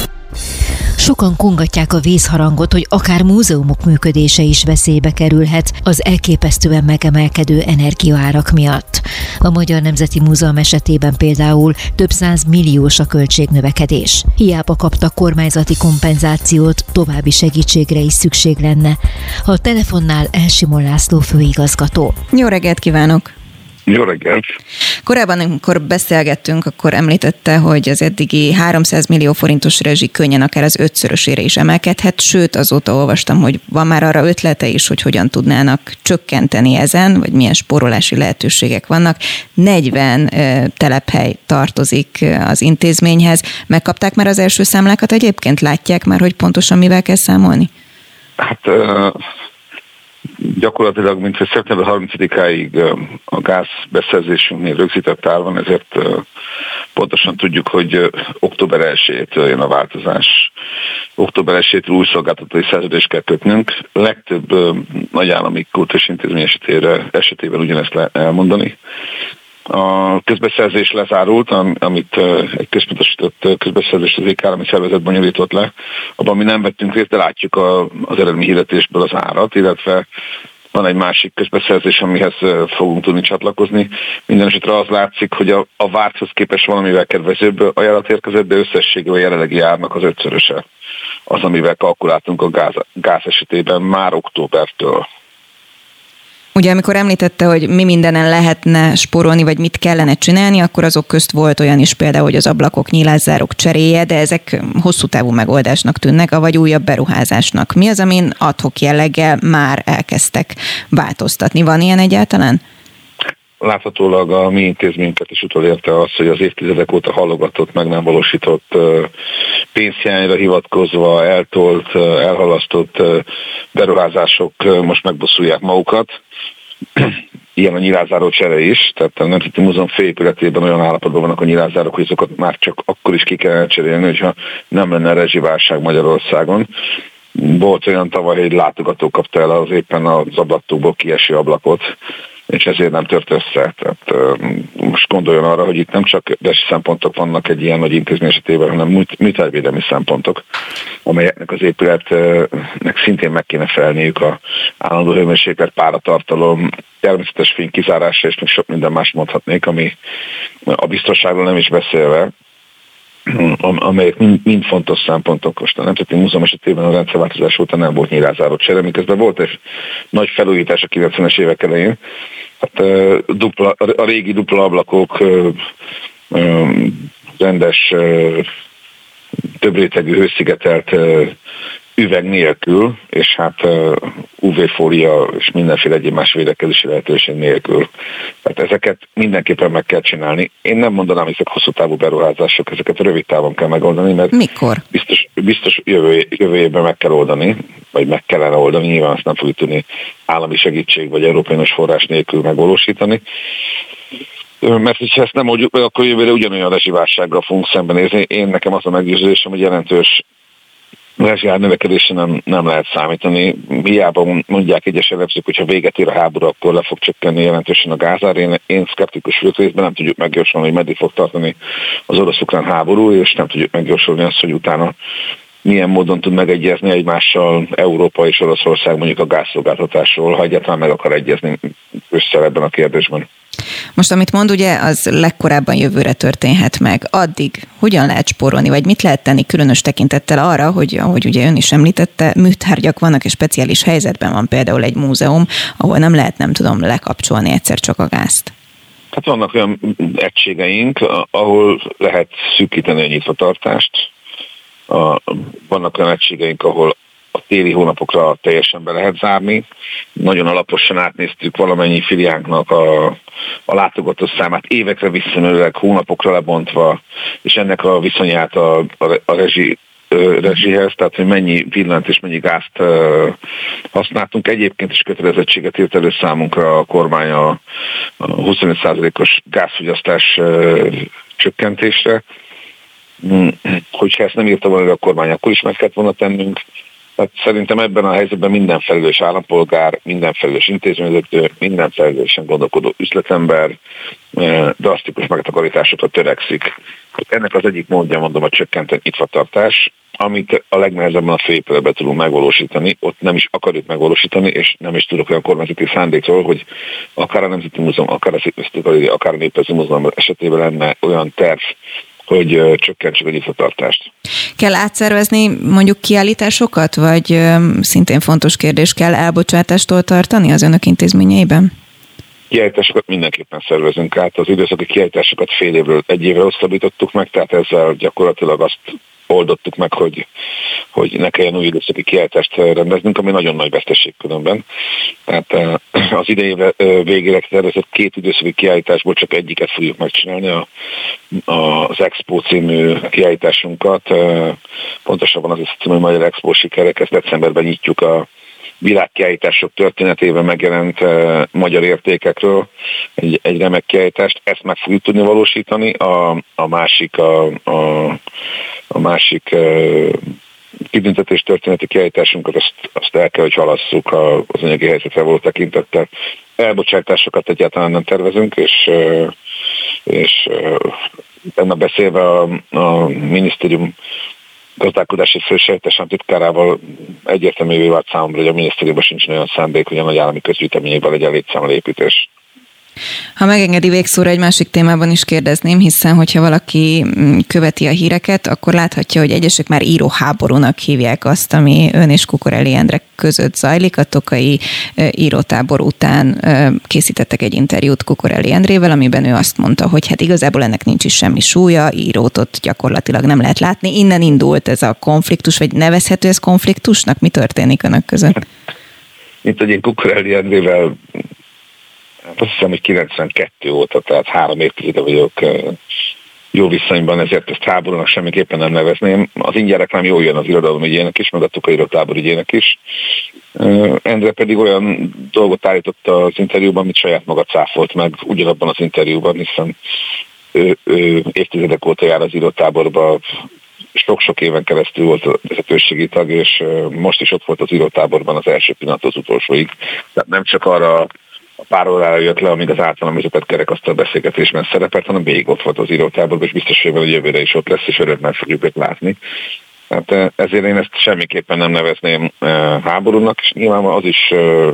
Sokan kongatják a vészharangot, hogy akár múzeumok működése is veszélybe kerülhet az elképesztően megemelkedő energiaárak miatt. A Magyar Nemzeti Múzeum esetében például több száz milliós a költségnövekedés. Hiába kaptak kormányzati kompenzációt, további segítségre is szükség lenne. A telefonnál Elsimon László főigazgató. Jó reggelt kívánok! Jó reggelt! Korábban, amikor beszélgettünk, akkor említette, hogy az eddigi háromszáz millió forintos rezsi könnyen akár az ötszörösére is emelkedhet, sőt azóta olvastam, hogy van már arra ötlete is, hogy hogyan tudnának csökkenteni ezen, vagy milyen spórolási lehetőségek vannak. negyven telephely tartozik az intézményhez. Megkapták már az első számlákat egyébként? Látják már, hogy pontosan mivel kell számolni? Hát... Uh... Gyakorlatilag, mint hogy szeptember harmincadikáig a gázbeszerzésünknél rögzített ár van, ezért pontosan tudjuk, hogy október elsejétől jön a változás. október elsejétől új szolgáltatói szerződést kell kötnünk. Legtöbb nagy állami kultúrás intézmény esetére, esetében ugyanezt lehet elmondani. A közbeszerzés lezárult, amit egy központosított közbeszerzést az é ká állami szervezet bonyolított le. Abban mi nem vettünk részt, de látjuk az eredmény hirdetésből az árat, illetve van egy másik közbeszerzés, amihez fogunk tudni csatlakozni. Minden esetre az látszik, hogy a, a várthoz képest valamivel kedvezőbb ajánlat érkezett, de összességében a jelenlegi árnak az ötszöröse az, amivel kalkuláltunk a gáz, gáz esetében már októbertől. Ugye amikor említette, hogy mi mindenen lehetne spórolni, vagy mit kellene csinálni, akkor azok közt volt olyan is például, hogy az ablakok, nyilászárok cseréje, de ezek hosszú távú megoldásnak tűnnek, vagy újabb beruházásnak. Mi az, amin ad-hoc jelleggel már elkezdtek változtatni? Van ilyen egyáltalán? Láthatólag a mi intézményünket is utolérte az, hogy az évtizedek óta hallogatott, meg nem valósított pénzhiányra hivatkozva eltolt, elhalasztott beruházások most megbosszulják magukat. ilyen a nyilázáró csere is, tehát a Nemzeti Múzeum főépületében olyan állapotban vannak a nyilázárok, hogy azokat már csak akkor is ki kellene cserélni, hogyha nem lenne rezsiválság Magyarországon. Volt olyan tavaly, hogy látogató kapta el az éppen az ablaktóból kieső ablakot, és ezért nem tört össze. Tehát most gondoljon arra, hogy itt nem csak rezsi szempontok vannak egy ilyen nagy intézmény esetében, hanem műtárgyvédelmi szempontok, amelyeknek az épületnek szintén meg kéne felelniük a állandó hőmérséklet, páratartalom, természetes fény kizárása, és még sok minden más mondhatnék, ami a biztonságról nem is beszélve, amelyek mind, mind fontos szempontok. Most a Nemzeti Múzeum esetében a rendszerváltozás óta nem volt nyilázáró csere, miközben volt egy nagy felújítás a kilencvenes évek elején. Hát dupla, a régi dupla ablakok rendes, több rétegű hőszigetelt üveg nélkül, és hát ú vé-fólia és mindenféle egyéb más védekezési lehetőség nélkül. Tehát ezeket mindenképpen meg kell csinálni. Én nem mondanám, hogy ezek hosszú távú beruházások, ezeket rövid távon kell megoldani, mert mikor? Biztos, biztos jövő, jövő évben meg kell oldani, vagy meg kellene oldani, nyilván azt nem fogjuk tudni állami segítség vagy európai forrás nélkül megvalósítani. Mert ha ezt nem oldjuk meg, akkor jövőre ugyanolyan rezsiválsággal fogunk szembenézni. Én nekem az a meggyőződésem, hogy jelentős rezsiár növekedésre nem, nem lehet számítani. Hiába mondják egyes elemzők, hogyha véget ér a háború, akkor le fog csökkenni jelentősen a gázár. Én, én szkeptikus vagyok részben, nem tudjuk megjósolni, hogy meddig fog tartani az orosz-ukrán háború, és nem tudjuk megjósolni azt, hogy utána milyen módon tud megegyezni egymással Európa és Oroszország mondjuk a gázszolgáltatásról, ha egyáltalán meg akar egyezni össze ebben a kérdésben. Most, amit mond, ugye, az legkorábban jövőre történhet meg. Addig hogyan lehet spórolni, vagy mit lehet tenni különös tekintettel arra, hogy, ahogy ugye ön is említette, műtárgyak vannak, és speciális helyzetben van például egy múzeum, ahol nem lehet, nem tudom, lekapcsolni egyszer csak a gázt. Hát vannak olyan egységeink, ahol lehet szűkíteni a nyitvatartást. Vannak olyan egységeink, ahol a téli hónapokra teljesen be lehet zárni. Nagyon alaposan átnéztük valamennyi filiánknak a, a látogató számát, évekre visszamenőleg, hónapokra lebontva, és ennek a viszonyát a, a, a rezsi, rezsihez, tehát hogy mennyi villant és mennyi gázt használtunk. Egyébként is kötelezettséget írt elő számunkra a kormány a, a huszonöt százalékos gázfogyasztás csökkentésre. Hogyha ezt nem írta volna a kormány, akkor is meg kellett volna tennünk. Tehát szerintem ebben a helyzetben minden felelős állampolgár, minden felelős intézményvezető, minden felelősen gondolkodó üzletember drasztikus megtakarításokra törekszik. Ennek az egyik módja, mondom, a csökkentett nyitvatartás, amit a legnehezebben a főépületben tudunk megvalósítani, ott nem is akarjuk megvalósítani, és nem is tudok olyan kormányzati szándékról, hogy akár a Nemzeti Múzeum, akár a Szépművészeti Galéria, akár a Néprajzi Múzeum esetében lenne olyan terv, hogy csökkentsük a nyitvatartást. Kell átszervezni mondjuk kiállításokat, vagy szintén fontos kérdés, kell elbocsátástól tartani az önök intézményeiben? Kiállításokat mindenképpen szervezünk át. Az időszaki kiállításokat fél évről, egy évre hosszabbítottuk meg, tehát ezzel gyakorlatilag azt oldottuk meg, hogy, hogy ne kelljen új időszaki kiállítást rendeznünk, ami nagyon nagy veszteség különben. Tehát az idei végére tervezett két időszaki kiállításból csak egyiket fogjuk megcsinálni, a, a, az Expo című kiállításunkat. Pontosabban az is című Magyar Expo sikerek, ezt decemberben nyitjuk a világkiállítások történetében megjelent uh, magyar értékekről egy, egy remek kiállítást. Ezt meg fogjuk tudni valósítani. A, a másik a, a, a másik uh, kibüntetés történeti kiállításunkat, azt, azt el kell, hogy halasszuk az anyagi helyzetre való tekintettel. Elbocsátásokat egyáltalán nem tervezünk, és, uh, és uh, ennek beszélve a, a minisztérium gazdálkodási fősejtes titkárával egyértelművé vált számomra, hogy a minisztériumban sincs olyan szándék, hogy a nagy állami közgyűjteményekben legyen létszámlépítés. Ha megengedi végszóra, egy másik témában is kérdezném, hiszen hogyha valaki követi a híreket, akkor láthatja, hogy egyesek már íróháborúnak hívják azt, ami ön és Kukorelli Endre között zajlik. A tokai írótábor után készítettek egy interjút Kukorelli Endrével, amiben ő azt mondta, hogy hát igazából ennek nincs is semmi súlya, írót ott gyakorlatilag nem lehet látni. Innen indult ez a konfliktus, vagy nevezhető ez konfliktusnak? Mi történik önök között? Mint hogy én Kukorelli Endrével azt hiszem, hogy kilencvenkettő óta, tehát három évtizede vagyok jó viszonyban, ezért ezt háborúnak semmiképpen nem nevezném. Az ingyen reklám jól jön az irodalom ügyének is, meg a Tokaj tábor ügyének is. Endre pedig olyan dolgot állította az interjúban, amit saját maga cáfolt meg ugyanabban az interjúban, hiszen ő, ő évtizedek óta jár az írótáborba, sok-sok éven keresztül volt a vezetőségi tag, és most is ott volt az írótáborban az első pillanat az utolsóig. Tehát nem csak arra a pár órára jött le, amíg az általam vezetett kerekasztal beszélgetésben szerepelt, hanem végig ott volt az írótáborban, és biztos, hogy jövőre is ott lesz, és örömmel fogjuk őt látni. Hát ezért én ezt semmiképpen nem nevezném háborúnak, és nyilván az is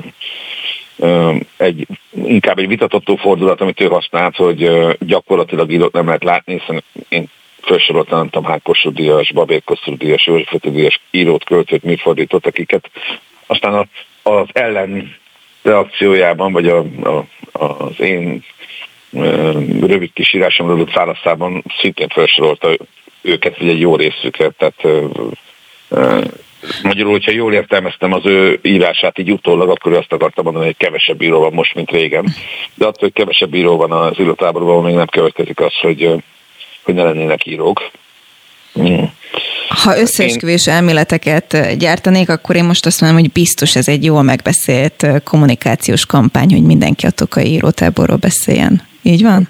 egy, inkább egy vitatott fordulat, amit ő használt, hogy gyakorlatilag írót nem lehet látni, hiszen én felsoroltam, nem tudom, hány Kossuth díjas, Babér Kossuth díjas, József Attila díjas írót, költőt, műfordított, akiket aztán az ellen reakciójában, vagy a, a, az én rövid kis írásomról adott válaszában szintén felsorolta őket, vagy egy jó részüket. Tehát magyarul, hogyha jól értelmeztem az ő írását így utólag, akkor azt akartam mondani, hogy kevesebb író van most, mint régen. De attól, hogy kevesebb író van az írótáborban, még nem következik az, hogy, hogy ne lennének írók. Mm. Ha összeesküvés elméleteket gyártanék, akkor én most azt mondom, hogy biztos ez egy jól megbeszélt kommunikációs kampány, hogy mindenki a Tokai írótáborról beszéljen. Így van?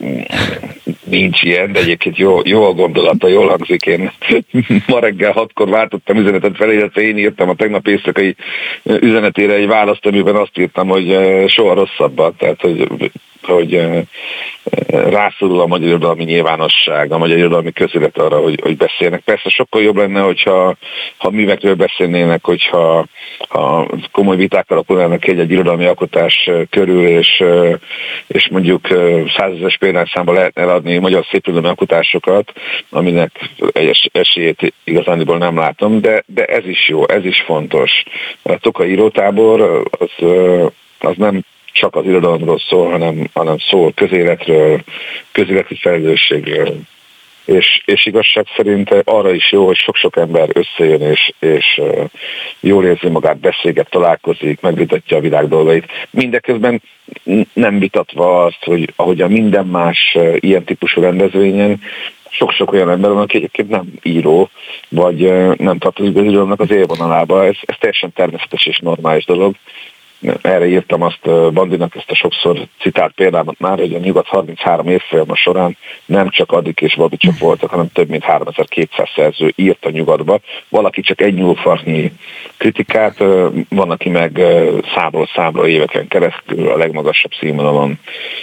Nincs ilyen, de egyébként jó, jó a gondolata, jól hangzik. Én ma reggel hatkor váltottam üzenetet felé, illetve én írtam a tegnap éjszakai üzenetére egy választ, amiben azt írtam, hogy soha rosszabban, tehát hogy, hogy rászorul a magyar irodalmi nyilvánosság, a magyar irodalmi közélet arra, hogy, hogy beszélnek. Persze sokkal jobb lenne, hogyha ha művekről beszélnének, hogyha ha komoly viták alakulnának egy, egy irodalmi alkotás körül, és, és mondjuk százezres példányszámba lehetne eladni magyar szépirodalmi alkotásokat, aminek egy esélyét igazániból nem látom, de, de ez is jó, ez is fontos. A Tokai írótábor az, az nem csak az irodalomról szól, hanem, hanem szól közéletről, közéleti felelősségről. És, és igazság szerint arra is jó, hogy sok-sok ember összejön, és, és jól érzi magát, beszélget, találkozik, megvitatja a világ dolgait. Mindeközben nem vitatva azt, hogy ahogy a minden más ilyen típusú rendezvényen, sok-sok olyan ember van, aki egyébként nem író, vagy nem tartozik az irodalomnak az élvonalába. Ez, ez teljesen természetes és normális dolog. Erre írtam azt Bandinak, ezt a sokszor citált példámat már, hogy a Nyugat harminchárom évfolyama során nem csak Adik és Babicsok voltak, hanem több mint háromezer-kétszáz szerző írt a Nyugatba. Valaki csak egy nyúlfarnyi kritikát, van, aki meg számról számra éveken keresztül a legmagasabb színvonalon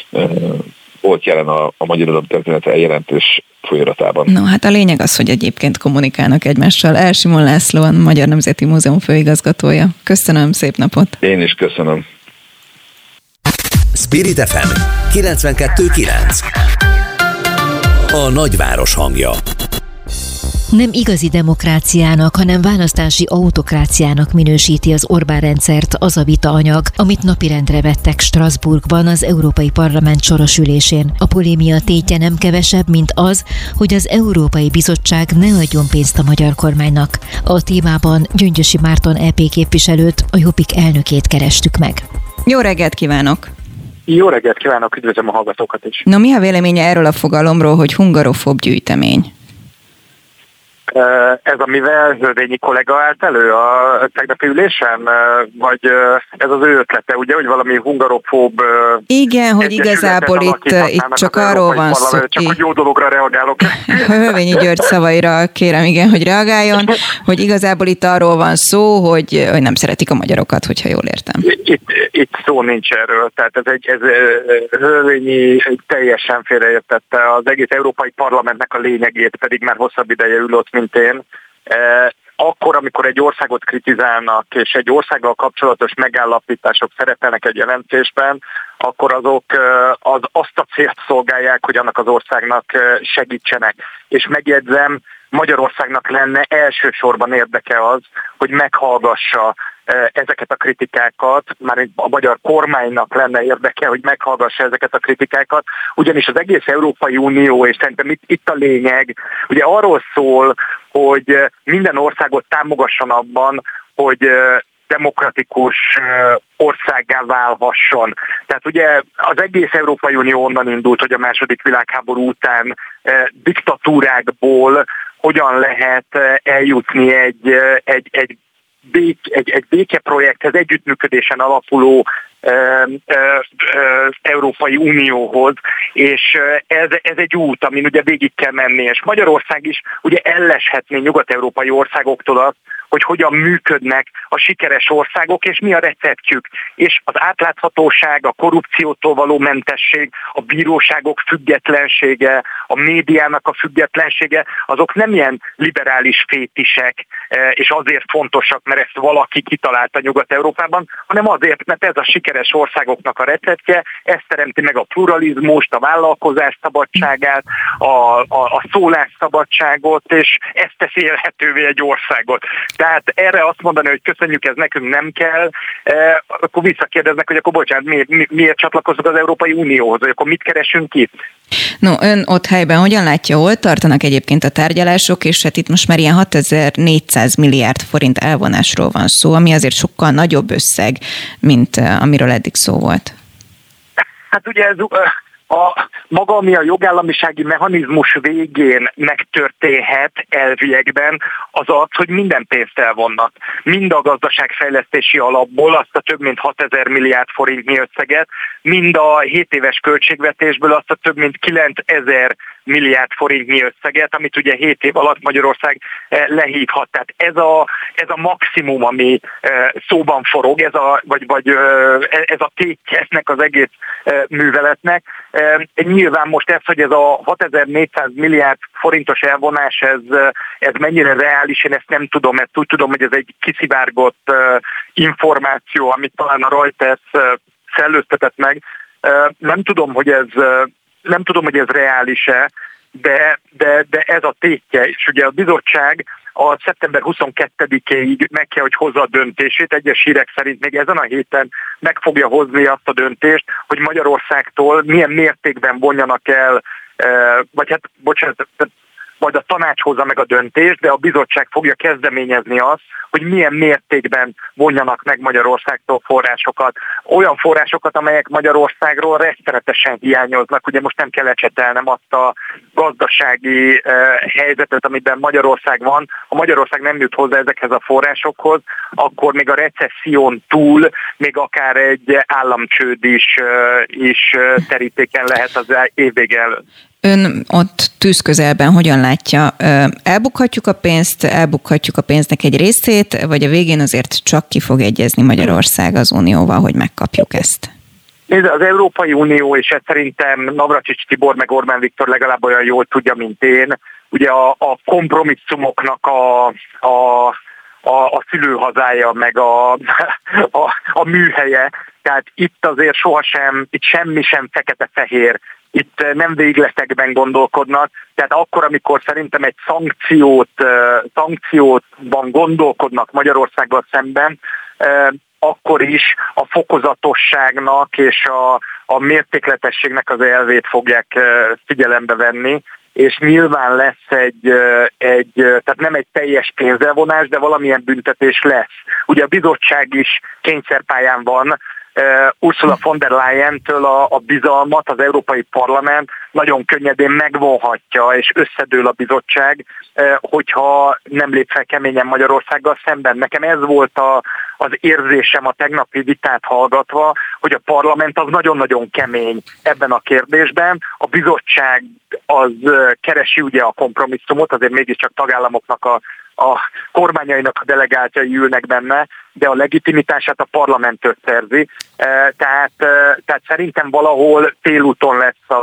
volt jelen a, a magyar irodalom története jelentős folyamatában. No, hát a lényeg az, hogy egyébként kommunikálnak egymással. Elsimon László, a Magyar Nemzeti Múzeum főigazgatója. Köszönöm, szép napot! Én is köszönöm. Spirit ef em kilencvenkettő kilenc. A nagyváros hangja. Nem igazi demokráciának, hanem választási autokráciának minősíti az Orbán rendszert az a vitaanyag, amit napirendre vettek Strasbourgban az Európai Parlament soros ülésén. A polémia tétje nem kevesebb, mint az, hogy az Európai Bizottság ne adjon pénzt a magyar kormánynak. A témában Gyöngyösi Márton é pé képviselőt, a Jobbik elnökét kerestük meg. Jó reggelt kívánok! Jó reggelt kívánok, üdvözlöm a hallgatókat is! No, mi a véleménye erről a fogalomról, hogy hungarofób gyűjtemény? Ez, amivel Zöldényi kollega állt elő a tegnapi ülésen, vagy ez az ő ötlete, ugye, hogy valami hungarofób... Igen, hogy igazából itt, itt csak arról van szó. Csak hogy jó dologra reagálok. Hölvényi György szavaira kérem, igen, hogy reagáljon, hogy igazából itt arról van szó, hogy, hogy nem szeretik a magyarokat, hogyha jól értem. Itt, itt szó nincs erről, tehát ez egy ez, Hölvényi teljesen félreértette az egész Európai Parlamentnek a lényegét, pedig már hosszabb ideje ül ott, mint én. Akkor, amikor egy országot kritizálnak, és egy országgal kapcsolatos megállapítások szerepelnek egy jelentésben, akkor azok az, azt a célt szolgálják, hogy annak az országnak segítsenek. És megjegyzem, Magyarországnak lenne elsősorban érdeke az, hogy meghallgassa ezeket a kritikákat, már a magyar kormánynak lenne érdeke, hogy meghallgassa ezeket a kritikákat, ugyanis az egész Európai Unió, és szerintem itt, itt a lényeg, ugye arról szól, hogy minden országot támogasson abban, hogy demokratikus országgá válhasson. Tehát ugye az egész Európai Unió onnan indult, hogy a második világháború után diktatúrákból hogyan lehet eljutni egy, egy, egy, bék, egy, egy békeprojekthez, együttműködésen alapuló ö, ö, ö, Európai Unióhoz, és ez, ez egy út, amin ugye végig kell menni, és Magyarország is ugye elleshetné nyugat-európai országoktól azt, hogy hogyan működnek a sikeres országok, és mi a receptjük. És az átláthatóság, a korrupciótól való mentesség, a bíróságok függetlensége, a médiának a függetlensége, azok nem ilyen liberális fétisek, és azért fontosak, mert ezt valaki kitalálta Nyugat-Európában, hanem azért, mert ez a sikeres országoknak a receptje, ez teremti meg a pluralizmust, a vállalkozás szabadságát, a, a, a szólásszabadságot, és ezt teszi élhetővé egy országot. Tehát erre azt mondani, hogy köszönjük, ez nekünk nem kell, eh, akkor visszakérdeznek, hogy akkor bocsánat, miért, mi, miért csatlakozunk az Európai Unióhoz, vagy akkor mit keresünk itt? No, ön ott helyben hogyan látja, hol tartanak egyébként a tárgyalások, és hát itt most már ilyen hatezer-négyszáz milliárd forint elvonásról van szó, ami azért sokkal nagyobb összeg, mint amiről eddig szó volt. Hát ugye ez... A maga, ami a jogállamisági mechanizmus végén megtörténhet elviekben, az az, hogy minden pénzt elvonnak. Mind a gazdaságfejlesztési alapból azt a több mint hatezer milliárd forintnyi összeget, mind a hét éves költségvetésből azt a több mint kilencezer milliárd forintnyi összeget, amit ugye hét év alatt Magyarország lehívhat. Tehát ez a, ez a maximum, ami szóban forog, ez a, vagy, vagy ez a tétje ennek az egész műveletnek. Nyilván most ez, hogy ez a hatezer-négyszáz milliárd forintos elvonás, ez, ez mennyire reális, én ezt nem tudom, ezt úgy tudom, hogy ez egy kiszivárgott információ, amit talán a Reuters szellőztetett meg. Nem tudom, hogy ez Nem tudom, hogy ez reális-e, de, de, de ez a tétje. És ugye a bizottság a szeptember huszonkettedikéig meg kell, hogy hozza a döntését. Egyes hírek szerint még ezen a héten meg fogja hozni azt a döntést, hogy Magyarországtól milyen mértékben vonjanak el, vagy hát, bocsánat, majd a tanács hozza meg a döntést, de a bizottság fogja kezdeményezni azt, hogy milyen mértékben vonjanak meg Magyarországtól forrásokat. Olyan forrásokat, amelyek Magyarországról rettenetesen hiányoznak. Ugye most nem kell ecsetelnem azt a gazdasági eh, helyzetet, amiben Magyarország van. Ha Magyarország nem jut hozzá ezekhez a forrásokhoz, akkor még a recesszión túl, még akár egy államcsőd is, eh, is terítéken lehet az évvége előtt. Ön ott tűzközelben hogyan látja? Elbukhatjuk a pénzt, elbukhatjuk a pénznek egy részét, vagy a végén azért csak ki fog egyezni Magyarország az Unióval, hogy megkapjuk ezt? Nézd, az Európai Unió, és ezt szerintem Navracsics Tibor meg Orbán Viktor legalább olyan jól tudja, mint én, ugye a, a kompromisszumoknak a, a, a, a szülőhazája, meg a, a, a műhelye. Tehát itt azért sohasem, itt semmi sem fekete-fehér. Itt nem végletekben gondolkodnak, tehát akkor, amikor szerintem egy szankciót, szankciótban gondolkodnak Magyarországgal szemben, akkor is a fokozatosságnak és a, a mértékletességnek az elvét fogják figyelembe venni, és nyilván lesz egy, egy, tehát nem egy teljes pénzelvonás, de valamilyen büntetés lesz. Ugye a bizottság is kényszerpályán van, Uh, Ursula von der Leyen-től a, a bizalmat az Európai Parlament nagyon könnyedén megvonhatja, és összedől a bizottság, uh, hogyha nem lép fel keményen Magyarországgal szemben. Nekem ez volt a, az érzésem a tegnapi vitát hallgatva, hogy a parlament az nagyon-nagyon kemény ebben a kérdésben. A bizottság az uh, keresi ugye a kompromisszumot, azért mégiscsak tagállamoknak a a kormányainak a delegáltjai ülnek benne, de a legitimitását a parlamenttől szerzi. Tehát, tehát szerintem valahol félúton lesz a,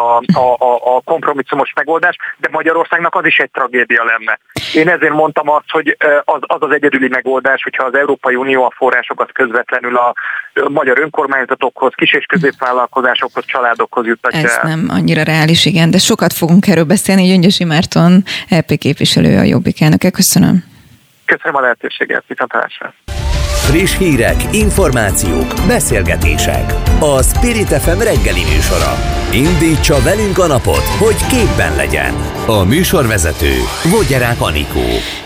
a, a kompromisszumos megoldás, de Magyarországnak az is egy tragédia lenne. Én ezért mondtam azt, hogy az az, az egyedüli megoldás, hogyha az Európai Unió a forrásokat közvetlenül a magyar önkormányzatokhoz, kis- és középvállalkozásokhoz, családokhoz juttatja el. Ez nem annyira reális, igen, de sokat fogunk erről beszélni. Gyöngyösi Márton, é pé képviselő, a Jobbik elnöke. Köszönöm. Köszönöm a lehetőséget, viszontlátásra. Friss hírek, információk, beszélgetések. A Spirit ef em reggeli műsora. Indítsa velünk a napot, hogy képben legyen. A műsorvezető Vogyarák Anikó.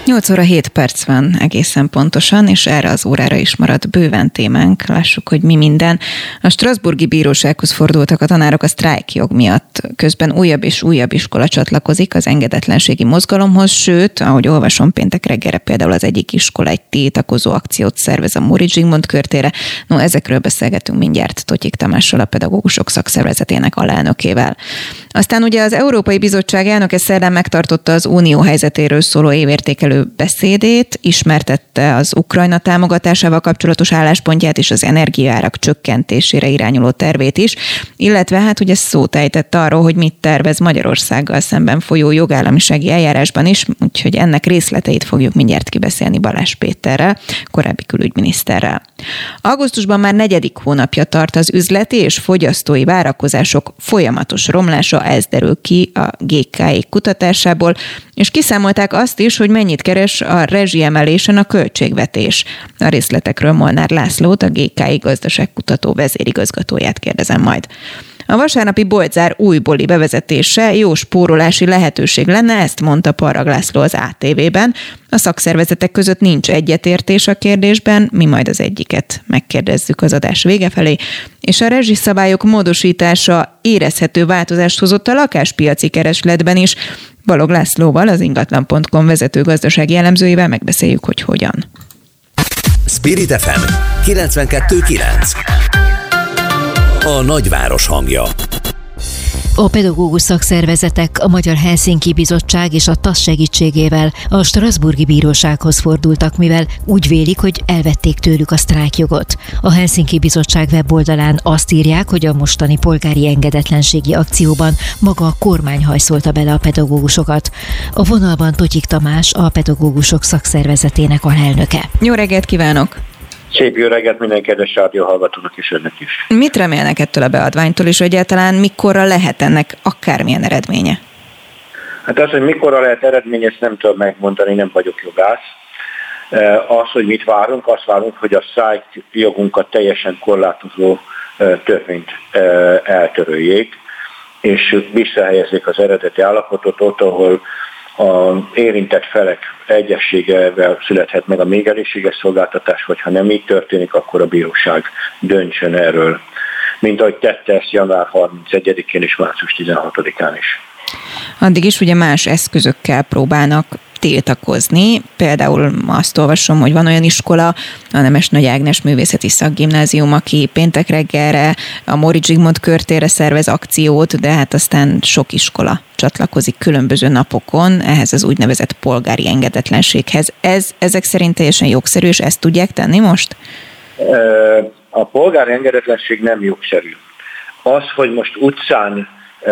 nyolc óra hét perc van egészen pontosan, és erre az órára is marad bőven témánk. Lássuk, hogy mi minden. A Strasbourgi Bírósághoz fordultak a tanárok a sztrájkjog miatt. Közben újabb és újabb iskola csatlakozik az engedetlenségi mozgalomhoz, sőt, ahogy olvasom, péntek reggelre például az egyik iskola egy tiltakozó akciót szervez a Móricz Zsigmond körtére. No, ezekről beszélgetünk mindjárt Totyik Tamással, a Pedagógusok Szakszervezetének alelnökével. Aztán ugye az Európai Bizottság elnöke szerdán megtartotta az unió helyzetéről szóló évértékelő beszédét, ismertette az Ukrajna támogatásával kapcsolatos álláspontját és az energiaárak csökkentésére irányuló tervét is, illetve hát ugye szót ejtett arról, hogy mit tervez Magyarországgal szemben folyó jogállamisági eljárásban is, úgyhogy ennek részleteit fogjuk mindjárt kibeszélni Balázs Péterrel, korábbi külügyminiszterrel. Augusztusban már negyedik hónapja tart az üzleti és fogyasztói várakozások folyamatos romlása, ez derül ki a gé ká i kutatásából, és kiszámolták azt is, hogy mennyit keres a rezsiemelésen a költségvetés. A részletekről Molnár Lászlót, a gé ká i gazdaságkutató vezérigazgatóját kérdezem majd. A vasárnapi boltzár újbóli bevezetése jó spórolási lehetőség lenne, ezt mondta Parrag László az á té vében. A szakszervezetek között nincs egyetértés a kérdésben, mi majd az egyiket megkérdezzük az adás vége felé, és a rezsiszabályok módosítása érezhető változást hozott a lakáspiaci keresletben is. Balog Lászlóval, az ingatlan pont com vezető gazdasági elemzőjével megbeszéljük, hogy hogyan. Spirit ef em kilencvenkettő kilenc. A nagyváros hangja. A pedagógus szakszervezetek, a Magyar Helsinki Bizottság és a TASZ segítségével a Strasbourgi Bírósághoz fordultak, mivel úgy vélik, hogy elvették tőlük a sztrájkjogot. A Helsinki Bizottság weboldalán azt írják, hogy a mostani polgári engedetlenségi akcióban maga a kormány hajszolta bele a pedagógusokat. A vonalban Totyik Tamás, a Pedagógusok Szakszervezetének alelnöke. Jó reggelt kívánok! Szép jó reggelt minden kedves rádióhallgatónak és önnek is. Mit remélnek ettől a beadványtól, és egyáltalán mikorra lehet ennek akármilyen eredménye? Hát az, hogy mikorra lehet eredménye, ezt nem tudom megmondani, nem vagyok jogász. Az, hogy mit várunk, azt várunk, hogy a sztrájk jogunkat teljesen korlátozó törvényt eltöröljék, és visszahelyezzék az eredeti állapotot ott, ahol az érintett felek egyességevel születhet meg a még elégséges szolgáltatás, vagy ha nem így történik, akkor a bíróság döntsön erről, mint ahogy tette ezt január harmincegyedikén és március tizenhatodikán is. Addig is ugye más eszközökkel próbálnak tiltakozni. Például azt olvasom, hogy van olyan iskola, a Nemes Nagy Ágnes Művészeti Szakgimnázium, aki péntek reggelre a Móricz Zsigmond körtére szervez akciót, de hát aztán sok iskola csatlakozik különböző napokon ehhez az úgynevezett polgári engedetlenséghez. Ez ezek szerint teljesen jogszerű, és ezt tudják tenni most? A polgári engedetlenség nem jogszerű. Az, hogy most utcán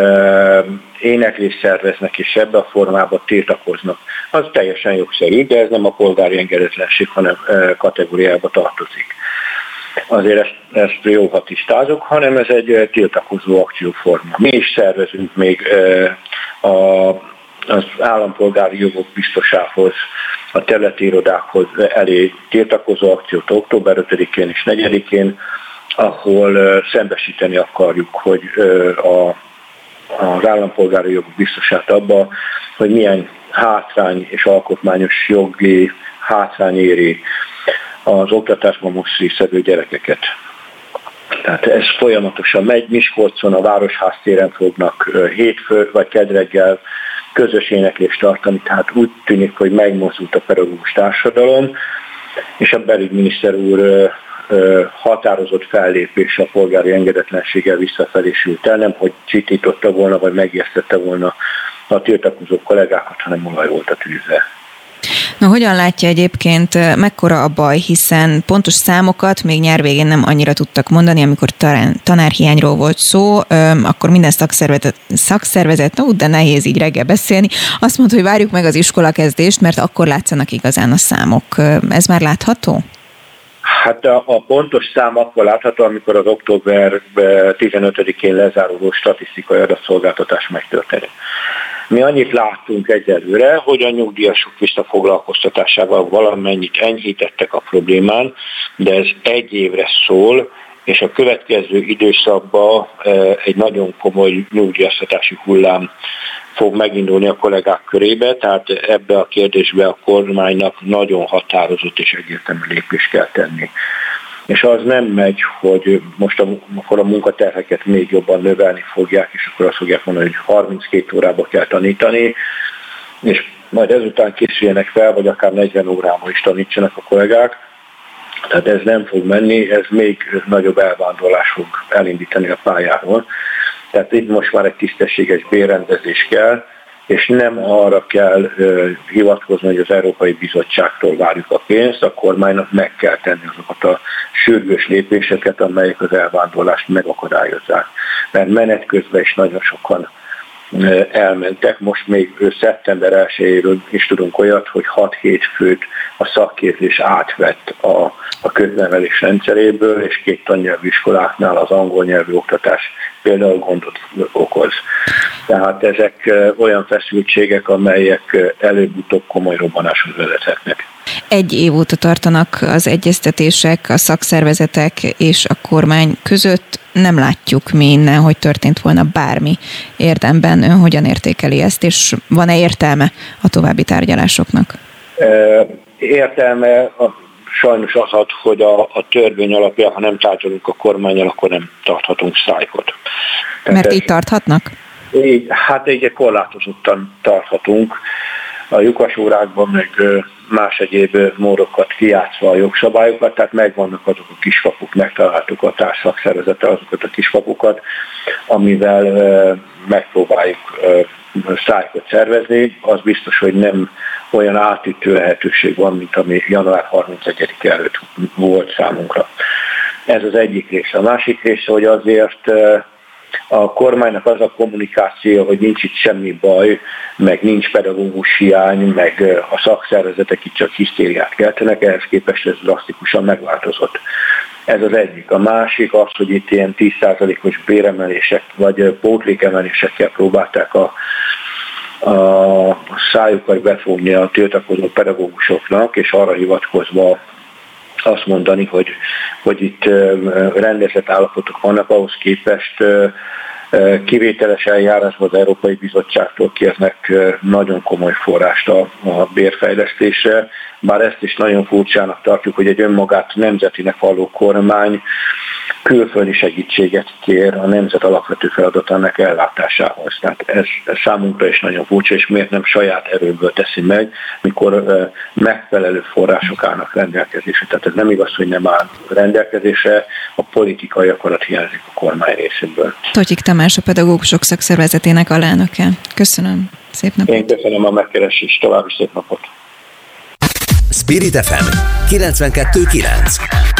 éneklést szerveznek és ebbe a formában tiltakoznak, az teljesen jogszerű, de ez nem a polgári engedetlenség, hanem kategóriába tartozik. Azért ezt, ezt jó, ha tisztázok, hanem ez egy tiltakozó akcióforma. Mi is szervezünk még a, az állampolgári jogok biztosához, a területi irodákhoz elé tiltakozó akciót október ötödikén és negyedikén, ahol szembesíteni akarjuk, hogy a az állampolgári jogok biztosát abba, hogy milyen hátrány és alkotmányos jogi hátrány éri az oktatásban most résztvevő gyerekeket. Tehát ez folyamatosan megy. Miskolcon a Városház téren fognak hétfő vagy kedreggel közös éneklést tartani, tehát úgy tűnik, hogy megmozdult a pedagógus társadalom, és a belügyminiszter úr határozott fellépés a polgári engedetlenséggel visszafelé sült el, nem hogy csitította volna, vagy megijesztette volna a tiltakozó kollégákat, hanem olaj volt a tűzre. Na, hogyan látja egyébként, mekkora a baj, hiszen pontos számokat még nyár végén nem annyira tudtak mondani, amikor tanárhiányról volt szó, akkor minden szakszervezet, szakszervezet no, de nehéz így reggel beszélni, azt mondta, hogy várjuk meg az iskolakezdést, mert akkor látszanak igazán a számok. Ez már látható? Hát a, a pontos szám akkor látható, amikor az október tizenötödikén lezáruló statisztikai adatszolgáltatás megtörténik. Mi annyit láttunk egyelőre, hogy a nyugdíjasok visszafoglalkoztatásával valamennyit enyhítettek a problémán, de ez egy évre szól, és a következő időszakban egy nagyon komoly nyugdíjaztatási hullám fog megindulni a kollégák körébe, tehát ebbe a kérdésbe a kormánynak nagyon határozott és egyértelmű lépést kell tenni. És az nem megy, hogy most a, akkor a munkaterheket még jobban növelni fogják, és akkor azt fogják mondani, hogy harminckét órába kell tanítani, és majd ezután készüljenek fel, vagy akár negyven órában is tanítsanak a kollégák. Tehát ez nem fog menni, ez még nagyobb elvándorlás fog elindítani a pályáról. Tehát itt most már egy tisztességes bérrendezés kell, és nem arra kell uh, hivatkozni, hogy az Európai Bizottságtól várjuk a pénzt, a kormánynak meg kell tenni azokat a sürgős lépéseket, amelyek az elvándorlást megakadályozzák. Mert menet közben is nagyon sokan uh, elmentek, most még szeptember elsejéről is tudunk olyat, hogy hat-hét főt a szakképzés átvett a, a köznevelés rendszeréből, és két tannyelvű iskoláknál az angol nyelvű oktatás például gondot okoz. Tehát ezek olyan feszültségek, amelyek előbb-utóbb komoly robbanáshoz vezethetnek. Egy év óta tartanak az egyeztetések a szakszervezetek és a kormány között. Nem látjuk mi innen, hogy történt volna bármi érdemben. Ön hogyan értékeli ezt, és van-e értelme a további tárgyalásoknak? Értelme a sajnos az ad, hogy a, a törvény alapján, ha nem tárgyalunk a kormánnyal, akkor nem tarthatunk sztrájkot. Mert így tarthatnak? Így, hát így korlátozottan tarthatunk. A lyukas órákban meg más egyéb módokat kijátszva a jogszabályokat, tehát megvannak azok a kiskapuk, megtaláltuk a társszakszervezete azokat a kiskapukat, amivel megpróbáljuk sztrájkot szervezni. Az biztos, hogy nem olyan átütő lehetőség van, mint ami január harmincegyedike előtt volt számunkra. Ez az egyik része. A másik része, hogy azért a kormánynak az a kommunikáció, hogy nincs itt semmi baj, meg nincs pedagógus hiány, meg a szakszervezetek itt csak hisztériát keltenek, ehhez képest ez drasztikusan megváltozott. Ez az egyik. A másik az, hogy itt ilyen tíz százalékos béremelések, vagy pótlékemelésekkel próbálták a a szájukat befogni a tiltakozó pedagógusoknak, és arra hivatkozva azt mondani, hogy, hogy itt rendezett állapotok vannak, ahhoz képest kivételes eljárásban az Európai Bizottságtól kérnek nagyon komoly forrást a, a bérfejlesztésre, bár ezt is nagyon furcsának tartjuk, hogy egy önmagát nemzetinek valló kormány külföldi segítséget kér a nemzet alapvető feladatának ellátásához. Tehát ez, ez számunkra is nagyon furcsa, és miért nem saját erőből teszi meg, mikor megfelelő források állnak rendelkezésre. Tehát ez nem igaz, hogy nem áll rendelkezésre, a politikai akarat hiányzik a kormány részéből. Totyik Tamás, a Pedagógusok Szakszervezetének alelnöke. Köszönöm. Szép napot. Én köszönöm a megkeresést, további szép napot. Spirit ef em kilencvenkettő kilenc.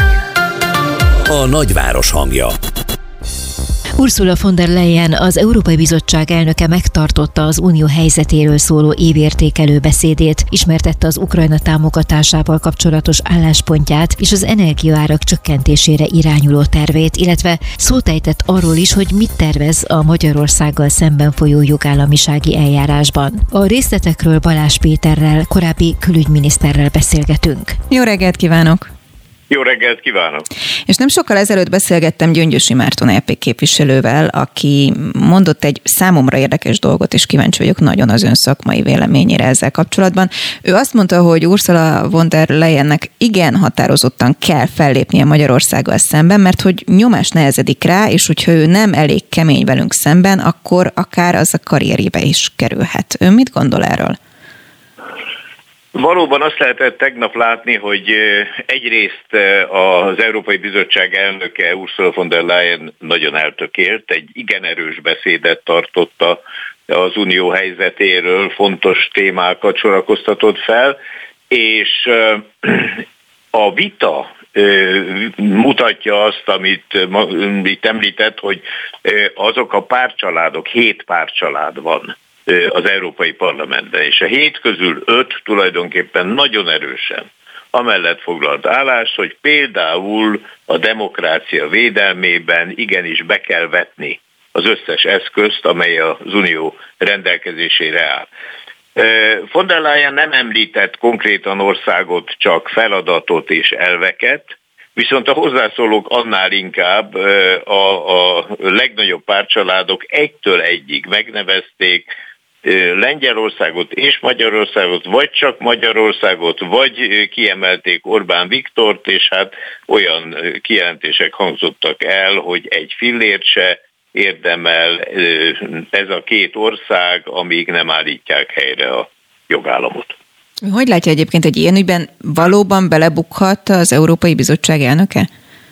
A nagyváros hangja. Ursula von der Leyen, az Európai Bizottság elnöke megtartotta az unió helyzetéről szóló évértékelő beszédét, ismertette az Ukrajna támogatásával kapcsolatos álláspontját és az energiaárak csökkentésére irányuló tervét, illetve szót ejtett arról is, hogy mit tervez a Magyarországgal szemben folyó jogállamisági eljárásban. A részletekről Balázs Péterrel, korábbi külügyminiszterrel beszélgetünk. Jó reggelt kívánok! Jó reggelt kívánok! És nem sokkal ezelőtt beszélgettem Gyöngyösi Márton é pé képviselővel, aki mondott egy számomra érdekes dolgot, és kíváncsi vagyok nagyon az ön szakmai véleményére ezzel kapcsolatban. Ő azt mondta, hogy Ursula von der Leyennek igen határozottan kell fellépnie Magyarországgal szemben, mert hogy nyomás nehezedik rá, és hogyha ő nem elég kemény velünk szemben, akkor akár az a karrierjébe is kerülhet. Ön mit gondol erről? Valóban azt lehetett tegnap látni, hogy egyrészt az Európai Bizottság elnöke Ursula von der Leyen nagyon eltökélt, egy igen erős beszédet tartotta az unió helyzetéről, fontos témákat sorakoztatott fel, és a vita mutatja azt, amit itt említett, hogy azok a párcsaládok, hét párcsalád van az Európai Parlamentben, és a hét közül öt tulajdonképpen nagyon erősen amellett foglalt állást, hogy például a demokrácia védelmében igenis be kell vetni az összes eszközt, amely az unió rendelkezésére áll. Von der Leyen nem említett konkrétan országot, csak feladatot és elveket, viszont a hozzászólók annál inkább a, a legnagyobb pártcsaládok egytől egyig megnevezték Lengyelországot és Magyarországot, vagy csak Magyarországot, vagy kiemelték Orbán Viktort, és hát olyan kijelentések hangzottak el, hogy egy fillért se érdemel ez a két ország, amíg nem állítják helyre a jogállamot. Hogy látja egyébként, hogy ilyen ügyben valóban belebukhat az Európai Bizottság elnöke?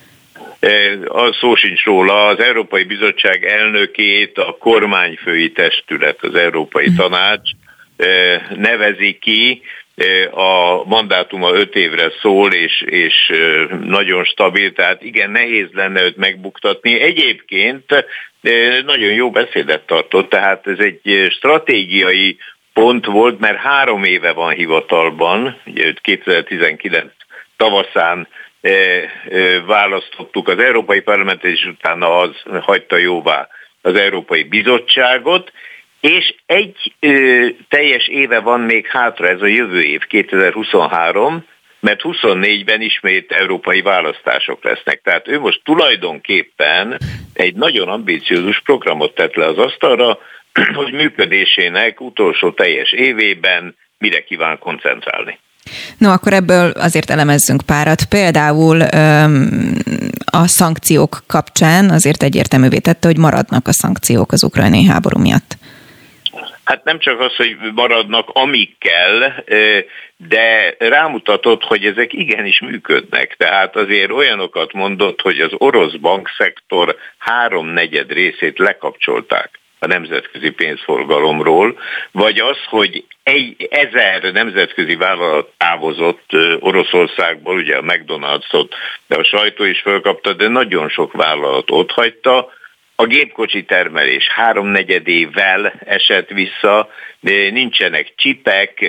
Az szó sincs róla. Az Európai Bizottság elnökét a kormányfői testület, az Európai Tanács nevezi ki. A mandátuma öt évre szól, és, és nagyon stabil, tehát igen, nehéz lenne őt megbuktatni. Egyébként nagyon jó beszédet tartott, tehát ez egy stratégiai pont volt, mert három éve van hivatalban, ugye őt kétezer-tizenkilenc tavaszán választottuk az Európai Parlamentet, és utána az hagyta jóvá az Európai Bizottságot, és egy ö, teljes éve van még hátra, ez a jövő év, kétezer-huszonhárom, mert huszonnégyben ismét európai választások lesznek. Tehát ő most tulajdonképpen egy nagyon ambiciózus programot tett le az asztalra, hogy működésének utolsó teljes évében mire kíván koncentrálni. No, akkor ebből azért elemezzünk párat. Például öm, a szankciók kapcsán azért egyértelművé tette, hogy maradnak a szankciók az ukrajnai háború miatt. Hát nem csak az, hogy maradnak, amíg kell, de rámutatott, hogy ezek igenis működnek. Tehát azért olyanokat mondott, hogy az orosz bankszektor háromnegyed részét lekapcsolták a nemzetközi pénzforgalomról, vagy az, hogy egy ezer nemzetközi vállalat távozott Oroszországból, ugye a McDonald's-ot, de a sajtó is fölkapta, de nagyon sok vállalat otthagyta. A gépkocsi termelés háromnegyedével esett vissza, de nincsenek csipek,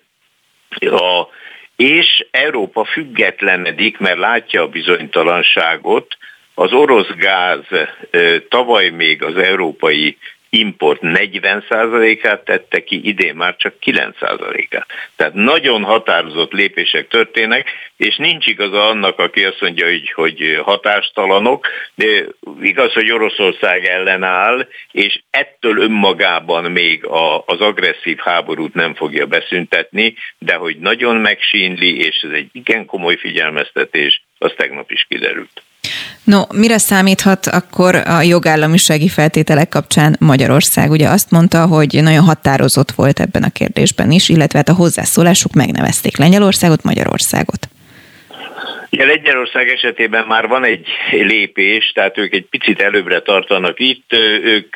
a, és Európa függetlenedik, mert látja a bizonytalanságot. Az orosz gáz tavaly még az európai import negyven százalékát tette ki, idén már csak kilenc százalékát. Tehát nagyon határozott lépések történnek, és nincs igaza annak, aki azt mondja, hogy, hogy hatástalanok, de igaz, hogy Oroszország ellenáll, és ettől önmagában még a, az agresszív háborút nem fogja beszüntetni, de hogy nagyon megsínli, és ez egy igen komoly figyelmeztetés, az tegnap is kiderült. No, mire számíthat akkor a jogállamisági feltételek kapcsán Magyarország? Ugye azt mondta, hogy nagyon határozott volt ebben a kérdésben is, illetve hát a hozzászólásuk megnevezték Lengyelországot, Magyarországot. Ja, Lengyelország esetében már van egy lépés, tehát ők egy picit előbbre tartanak itt, ők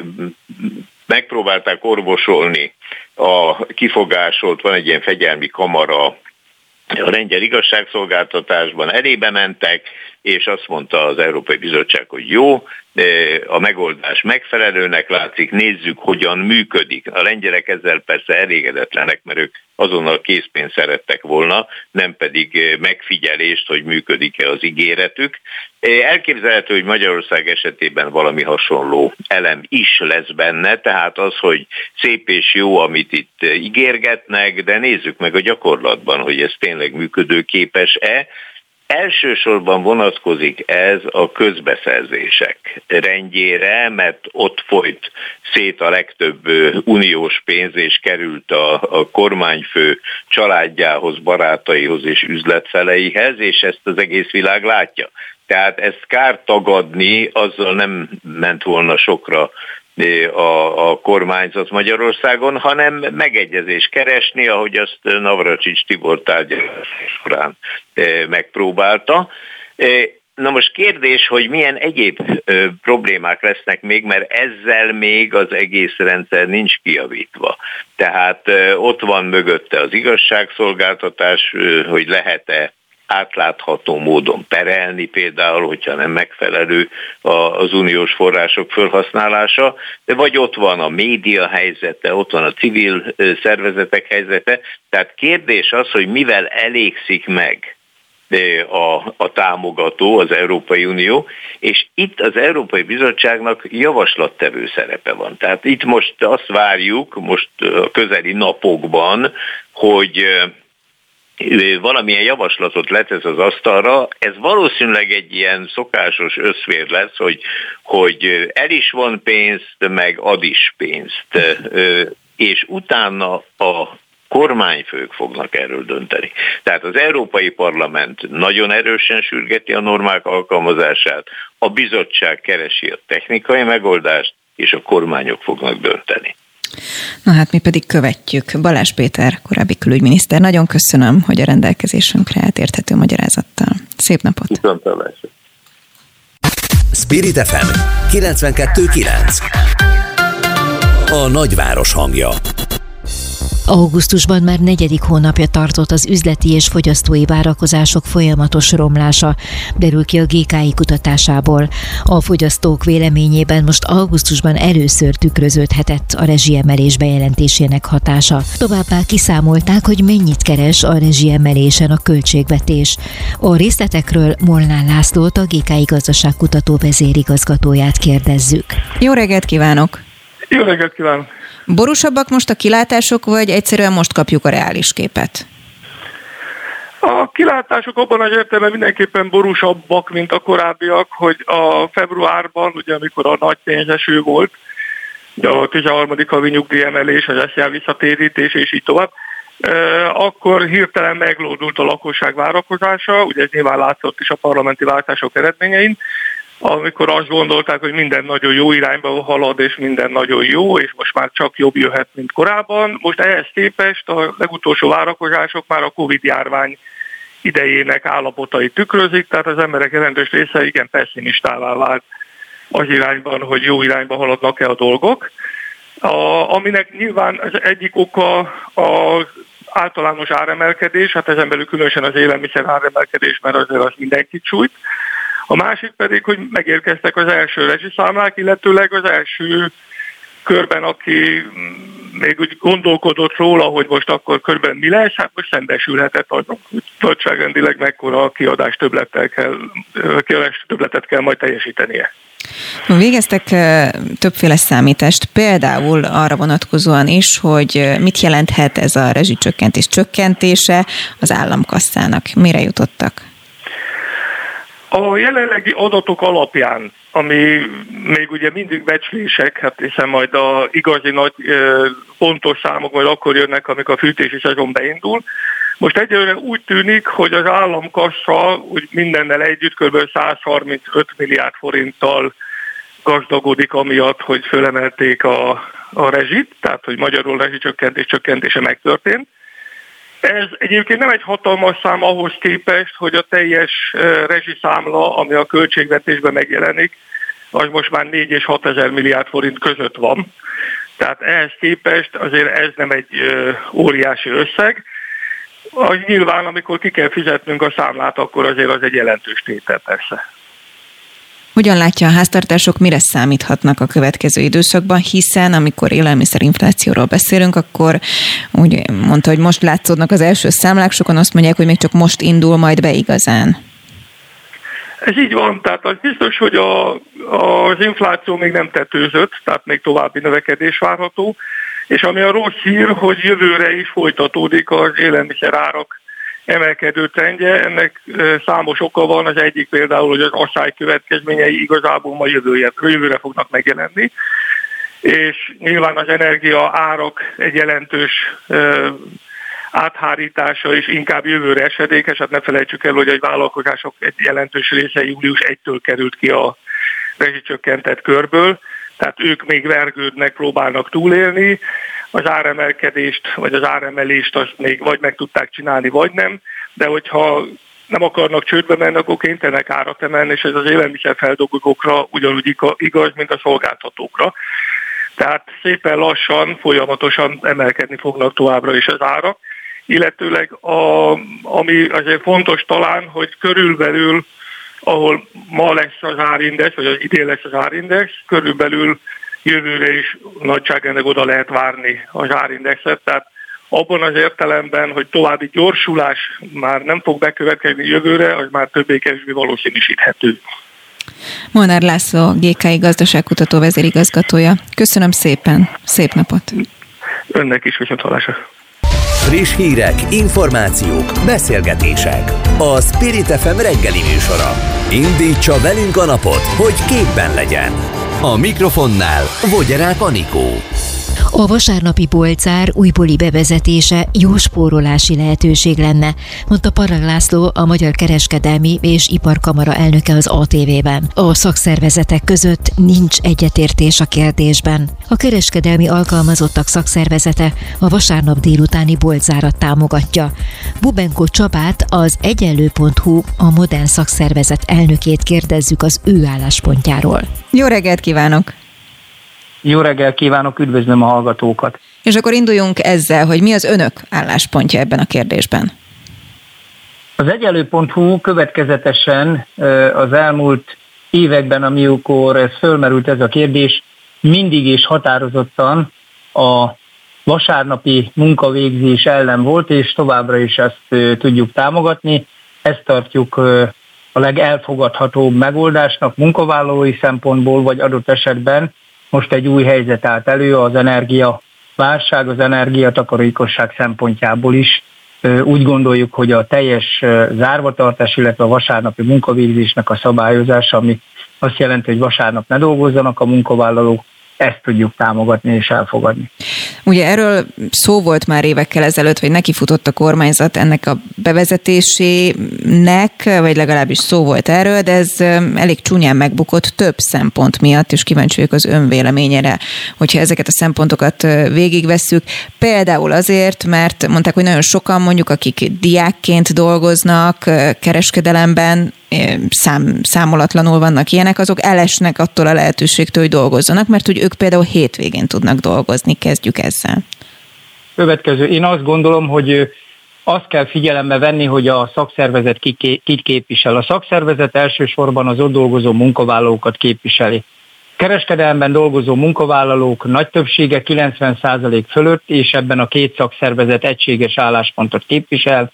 megpróbálták orvosolni a kifogásolt, van egy ilyen fegyelmi kamara a lengyel igazságszolgáltatásban, elébe mentek, és azt mondta az Európai Bizottság, hogy jó, a megoldás megfelelőnek látszik, nézzük, hogyan működik. A lengyelek ezzel persze elégedetlenek, mert ők azonnal készpénzt szerettek volna, nem pedig megfigyelést, hogy működik-e az ígéretük. Elképzelhető, hogy Magyarország esetében valami hasonló elem is lesz benne, tehát az, hogy szép és jó, amit itt ígérgetnek, de nézzük meg a gyakorlatban, hogy ez tényleg működőképes-e. Elsősorban vonatkozik ez a közbeszerzések rendjére, mert ott folyt szét a legtöbb uniós pénz, és került a, a kormányfő családjához, barátaihoz és üzletfeleihez, és ezt az egész világ látja. Tehát ezt kár tagadni, azzal nem ment volna sokra a, a kormányzat Magyarországon, hanem megegyezést keresni, ahogy azt Navracsics Tibor tárgyalás során megpróbálta. Na most kérdés, hogy milyen egyéb problémák lesznek még, mert ezzel még az egész rendszer nincs kijavítva. Tehát ott van mögötte az igazságszolgáltatás, hogy lehet-e átlátható módon perelni például, hogyha nem megfelelő az uniós források felhasználása, de vagy ott van a média helyzete, ott van a civil szervezetek helyzete, tehát kérdés az, hogy mivel elégszik meg a, a támogató, az Európai Unió, és itt az Európai Bizottságnak javaslattevő szerepe van. Tehát itt most azt várjuk, most a közeli napokban, hogy valamilyen javaslatot letesz az asztalra, ez valószínűleg egy ilyen szokásos összvér lesz, hogy, hogy el is van pénzt, meg ad is pénzt. és utána a kormányfők fognak erről dönteni. Tehát az Európai Parlament nagyon erősen sürgeti a normák alkalmazását, a bizottság keresi a technikai megoldást, és a kormányok fognak dönteni. Na hát mi pedig követjük. Balázs Péter, korábbi külügyminiszter, nagyon köszönöm, hogy a rendelkezésünkre állt érthető magyarázattal. Szép napot! Viszontlátásra! Spirit ef em kilencvenkettő kilenc. A nagyváros hangja. Augusztusban már negyedik hónapja tartott az üzleti és fogyasztói várakozások folyamatos romlása, derül ki a gé ká i kutatásából. A fogyasztók véleményében most augusztusban először tükröződhetett a rezsiemelés bejelentésének hatása. Továbbá kiszámolták, hogy mennyit keres a rezsiemelésen a költségvetés. A részletekről Molnár Lászlót, a gé ká i gazdaságkutató vezérigazgatóját kérdezzük. Jó reggelt kívánok! Jó reggelt kívánok! Borúsabbak most a kilátások, vagy egyszerűen most kapjuk a reális képet? A kilátások abban az értelemben mindenképpen borúsabbak, mint a korábbiak, hogy a februárban, ugye amikor a nagy pénzeső volt, a tizenharmadik havi nyugdíjemelés, az es zé á visszatérítés, és így tovább, akkor hirtelen meglódult a lakosság várakozása, ugye ez nyilván látszott is a parlamenti választások eredményein, amikor azt gondolták, hogy minden nagyon jó irányba halad, és minden nagyon jó, és most már csak jobb jöhet, mint korábban. Most ehhez képest a legutolsó várakozások már a Covid-járvány idejének állapotai tükrözik, tehát az emberek jelentős része igen pessimistává vált az irányban, hogy jó irányba haladnak-e a dolgok. A, aminek nyilván az egyik oka az általános áremelkedés, hát ezen belül különösen az élelmiszer áremelkedés, mert azért az mindenkit sújt. A másik pedig, hogy megérkeztek az első rezsiszámlák, illetőleg az első körben, aki még úgy gondolkodott róla, hogy most akkor körben mi lesz, hát most szembesülhetett azok, hogy nagyságrendileg mekkora kiadás többlettel kell, kiadás többletet kell majd teljesítenie. Végeztek többféle számítást, például arra vonatkozóan is, hogy mit jelenthet ez a rezsicsökkentés csökkentése az államkasszának. Mire jutottak? A jelenlegi adatok alapján, ami még ugye mindig becslések, hát hiszen majd a igazi nagy pontos számok majd akkor jönnek, amikor a fűtési szezon beindul. Most egyelőre úgy tűnik, hogy az államkassa úgy mindennel együtt kb. százharmincöt milliárd forinttal gazdagodik amiatt, hogy fölemelték a, a rezsit, tehát hogy magyarul rezsicsökkentés csökkentése megtörtént. Ez egyébként nem egy hatalmas szám ahhoz képest, hogy a teljes rezsiszámla, ami a költségvetésben megjelenik, az most már négy és hat ezer milliárd forint között van. Tehát ehhez képest azért ez nem egy óriási összeg. Az nyilván, amikor ki kell fizetnünk a számlát, akkor azért az egy jelentős tétel persze. Hogyan látja, a háztartások mire számíthatnak a következő időszakban, hiszen amikor élelmiszerinflációról beszélünk, akkor úgy mondta, hogy most látszódnak az első számlák, sokan azt mondják, hogy még csak most indul majd be igazán. Ez így van, tehát az biztos, hogy a, az infláció még nem tetőzött, tehát még további növekedés várható, és ami a rossz hír, hogy jövőre is folytatódik az élelmiszer árak emelkedő trendje, ennek számos oka van, az egyik például, hogy az asszály következményei igazából ma jövőre, jövőre fognak megjelenni, és nyilván az energia árak egy jelentős áthárítása is inkább jövőre esedékes, hát ne felejtsük el, hogy egy vállalkozások egy jelentős része július elsejétől került ki a rezsicsökkentett körből, tehát ők még vergődnek, próbálnak túlélni, az áremelkedést, vagy az áremelést azt még vagy meg tudták csinálni, vagy nem, de hogyha nem akarnak csődbe menni, akkor kénytelenek árat emelni, és ez az élelmiszerfeldolgozókra ugyanúgy igaz, mint a szolgáltatókra. Tehát szépen lassan, folyamatosan emelkedni fognak továbbra is az árak, illetőleg a, ami azért fontos talán, hogy körülbelül, ahol ma lesz az árindex, vagy az idén lesz az árindex, körülbelül jövőre is nagyságrendileg oda lehet várni az árindexet, tehát abban az értelemben, hogy további gyorsulás már nem fog bekövetkezni jövőre, az már többé-kevésbé valószínűsíthető. Molnár László, gé ká i gazdaságkutató vezérigazgatója. Köszönöm szépen, szép napot! Önnek is viszonthallásra! Friss hírek, információk, beszélgetések. A Spirit ef em reggeli műsora. Indítsa velünk a napot, hogy képben legyen. A mikrofonnál Vogyarák Anikó. A vasárnapi boltszár újbóli bevezetése jó spórolási lehetőség lenne, mondta Parag László, a Magyar Kereskedelmi és Iparkamara elnöke az á té vében. A szakszervezetek között nincs egyetértés a kérdésben. A kereskedelmi alkalmazottak szakszervezete a vasárnap délutáni boltzárat támogatja. Bubenko Csabát, az egyenlő pont hu a Modern Szakszervezet elnökét kérdezzük az ő álláspontjáról. Jó reggelt kívánok! Jó reggelt kívánok, üdvözlöm a hallgatókat! És akkor induljunk ezzel, hogy mi az önök álláspontja ebben a kérdésben? Az egyenlő pont hu következetesen az elmúlt években, amikor ez fölmerült ez a kérdés, mindig és határozottan a vasárnapi munkavégzés ellen volt, és továbbra is ezt tudjuk támogatni. Ezt tartjuk a legelfogadhatóbb megoldásnak munkavállalói szempontból, vagy adott esetben most egy új helyzet állt elő az energiaválság, az energiatakarékosság szempontjából is. Úgy gondoljuk, hogy a teljes zárvatartás, illetve a vasárnapi munkavégzésnek a szabályozása, ami azt jelenti, hogy vasárnap ne dolgozzanak a munkavállalók, ezt tudjuk támogatni és elfogadni. Ugye erről szó volt már évekkel ezelőtt, hogy nekifutott a kormányzat ennek a bevezetésének, vagy legalábbis szó volt erről, de ez elég csúnyán megbukott több szempont miatt, és kíváncsi vagyok az ön véleményére, hogyha ezeket a szempontokat végigvesszük. Például azért, mert mondták, hogy nagyon sokan mondjuk, akik diákként dolgoznak kereskedelemben, Szám, számolatlanul vannak ilyenek, azok elesnek attól a lehetőségtől, hogy dolgozzanak, mert hogy ők például hétvégén tudnak dolgozni. Kezdjük ezzel. Következő. Én azt gondolom, hogy azt kell figyelembe venni, hogy a szakszervezet kit képvisel. A szakszervezet elsősorban az ott dolgozó munkavállalókat képviseli. Kereskedelemben dolgozó munkavállalók nagy többsége kilencven százalék fölött, és ebben a két szakszervezet egységes álláspontot képvisel.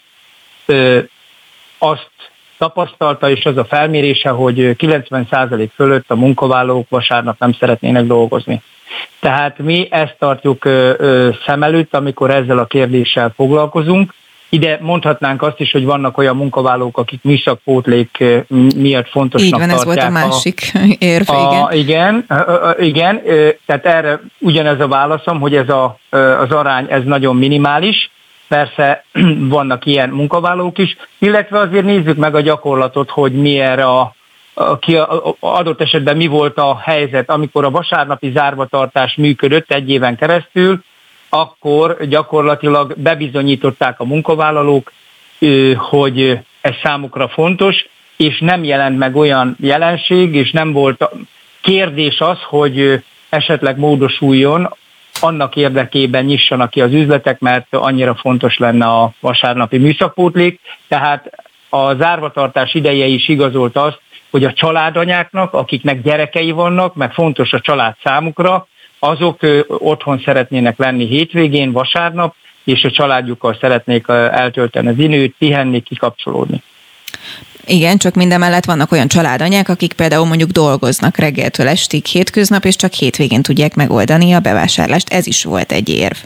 Azt tapasztalta, és az a felmérése, hogy kilencven százalék fölött a munkavállalók vasárnap nem szeretnének dolgozni. Tehát mi ezt tartjuk szem előtt, amikor ezzel a kérdéssel foglalkozunk. Ide mondhatnánk azt is, hogy vannak olyan munkavállalók, akik műszakpótlék miatt fontosnak Így van, tartják. ez volt a másik érv, a, igen. Igen, igen, tehát erre ugyanez a válaszom, hogy ez a, az arány ez nagyon minimális. Persze vannak ilyen munkavállalók is, illetve azért nézzük meg a gyakorlatot, hogy mi erre a, a, ki a, adott esetben mi volt a helyzet. Amikor a vasárnapi zárvatartás működött egy éven keresztül, akkor gyakorlatilag bebizonyították a munkavállalók, hogy ez számukra fontos, és nem jelent meg olyan jelenség, és nem volt kérdés az, hogy esetleg módosuljon, annak érdekében nyissanak ki az üzletek, mert annyira fontos lenne a vasárnapi műszakpótlék. Tehát a zárvatartás ideje is igazolt azt, hogy a családanyáknak, akiknek gyerekei vannak, meg fontos a család számukra, azok otthon szeretnének lenni hétvégén, vasárnap, és a családjukkal szeretnék eltölteni az időt, pihenni, kikapcsolódni. Igen, csak mindemellett vannak olyan családanyák, akik például mondjuk dolgoznak reggeltől estig hétköznap, és csak hétvégén tudják megoldani a bevásárlást. Ez is volt egy érv.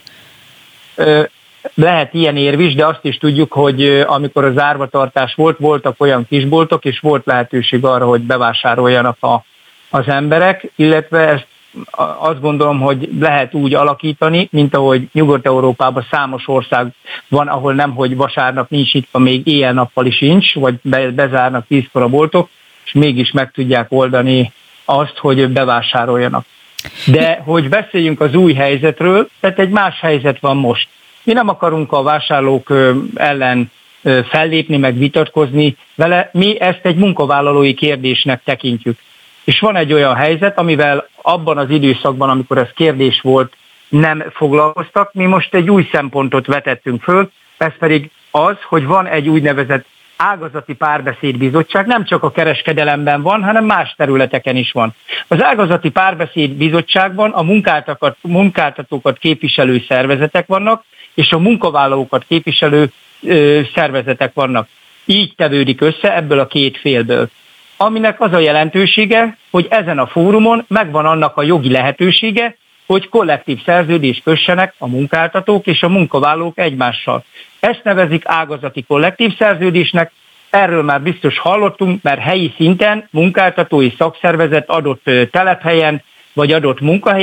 Lehet ilyen érv is, de azt is tudjuk, hogy amikor a zárvatartás volt, voltak olyan kisboltok, és volt lehetőség arra, hogy bevásároljanak a, az emberek, illetve ezt azt gondolom, hogy lehet úgy alakítani, mint ahogy Nyugat-Európában számos ország van, ahol nem, hogy vasárnap nincs nyitva, még éjjel-nappal is nincs, vagy bezárnak tízkor a boltok, és mégis meg tudják oldani azt, hogy bevásároljanak. De hogy beszéljünk az új helyzetről, tehát egy más helyzet van most. Mi nem akarunk a vásárlók ellen fellépni, meg vitatkozni vele, mi ezt egy munkavállalói kérdésnek tekintjük. És van egy olyan helyzet, amivel abban az időszakban, amikor ez kérdés volt, nem foglalkoztak. Mi most egy új szempontot vetettünk föl, ez pedig az, hogy van egy úgynevezett ágazati párbeszédbizottság, nem csak a kereskedelemben van, hanem más területeken is van. Az ágazati párbeszédbizottságban a munkáltatókat, munkáltatókat képviselő szervezetek vannak, és a munkavállalókat képviselő ö, szervezetek vannak. Így tevődik össze ebből a két félből. Aminek az a jelentősége, hogy ezen a fórumon megvan annak a jogi lehetősége, hogy kollektív szerződést kössenek a munkáltatók és a munkavállalók egymással. Ezt nevezik ágazati kollektív szerződésnek, erről már biztos hallottunk, mert helyi szinten munkáltatói szakszervezet adott telephelyen vagy adott munkahelyen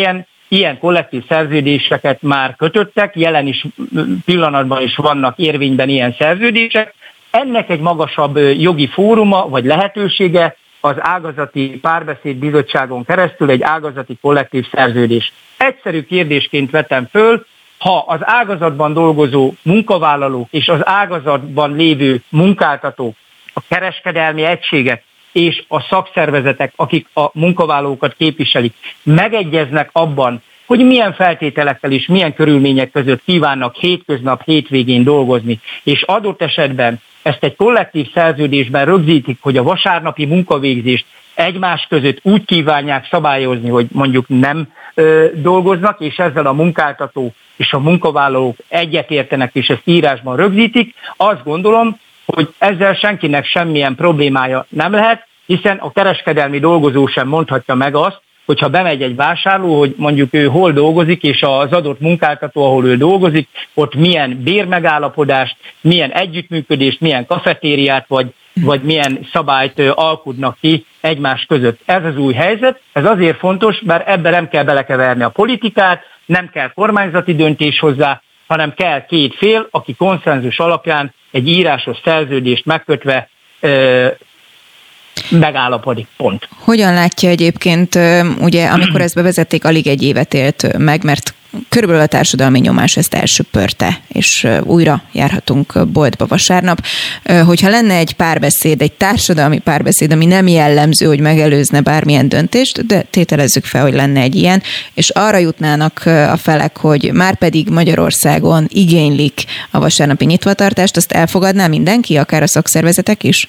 ilyen kollektív szerződéseket már kötöttek, jelen is pillanatban is vannak érvényben ilyen szerződések. Ennek egy magasabb jogi fóruma vagy lehetősége az ágazati párbeszéd bizottságon keresztül egy ágazati kollektív szerződés. Egyszerű kérdésként vetem föl, ha az ágazatban dolgozó munkavállalók és az ágazatban lévő munkáltatók, a kereskedelmi egységek és a szakszervezetek, akik a munkavállalókat képviselik, megegyeznek abban, hogy milyen feltételekkel és milyen körülmények között kívánnak hétköznap, hétvégén dolgozni, és adott esetben ezt egy kollektív szerződésben rögzítik, hogy a vasárnapi munkavégzést egymás között úgy kívánják szabályozni, hogy mondjuk nem ö, dolgoznak, és ezzel a munkáltató és a munkavállalók egyetértenek, és ezt írásban rögzítik, azt gondolom, hogy ezzel senkinek semmilyen problémája nem lehet, hiszen a kereskedelmi dolgozó sem mondhatja meg azt, hogyha bemegy egy vásárló, hogy mondjuk ő hol dolgozik, és az adott munkáltató, ahol ő dolgozik, ott milyen bérmegállapodást, milyen együttműködést, milyen kafetériát, vagy, vagy milyen szabályt alkudnak ki egymás között. Ez az új helyzet, ez azért fontos, mert ebben nem kell belekeverni a politikát, nem kell kormányzati döntés hozzá, hanem kell két fél, aki konszenzus alapján egy írásos szerződést megkötve ö, megállapodik, pont. Hogyan látja egyébként, ugye amikor ezt bevezették, alig egy évet élt meg, mert körülbelül a társadalmi nyomás ezt elsöpörte, és újra járhatunk boltba vasárnap. Hogyha lenne egy párbeszéd, egy társadalmi párbeszéd, ami nem jellemző, hogy megelőzne bármilyen döntést, de tételezzük fel, hogy lenne egy ilyen, és arra jutnának a felek, hogy már pedig Magyarországon igénylik a vasárnapi nyitvatartást, azt elfogadná mindenki, akár a szakszervezetek is?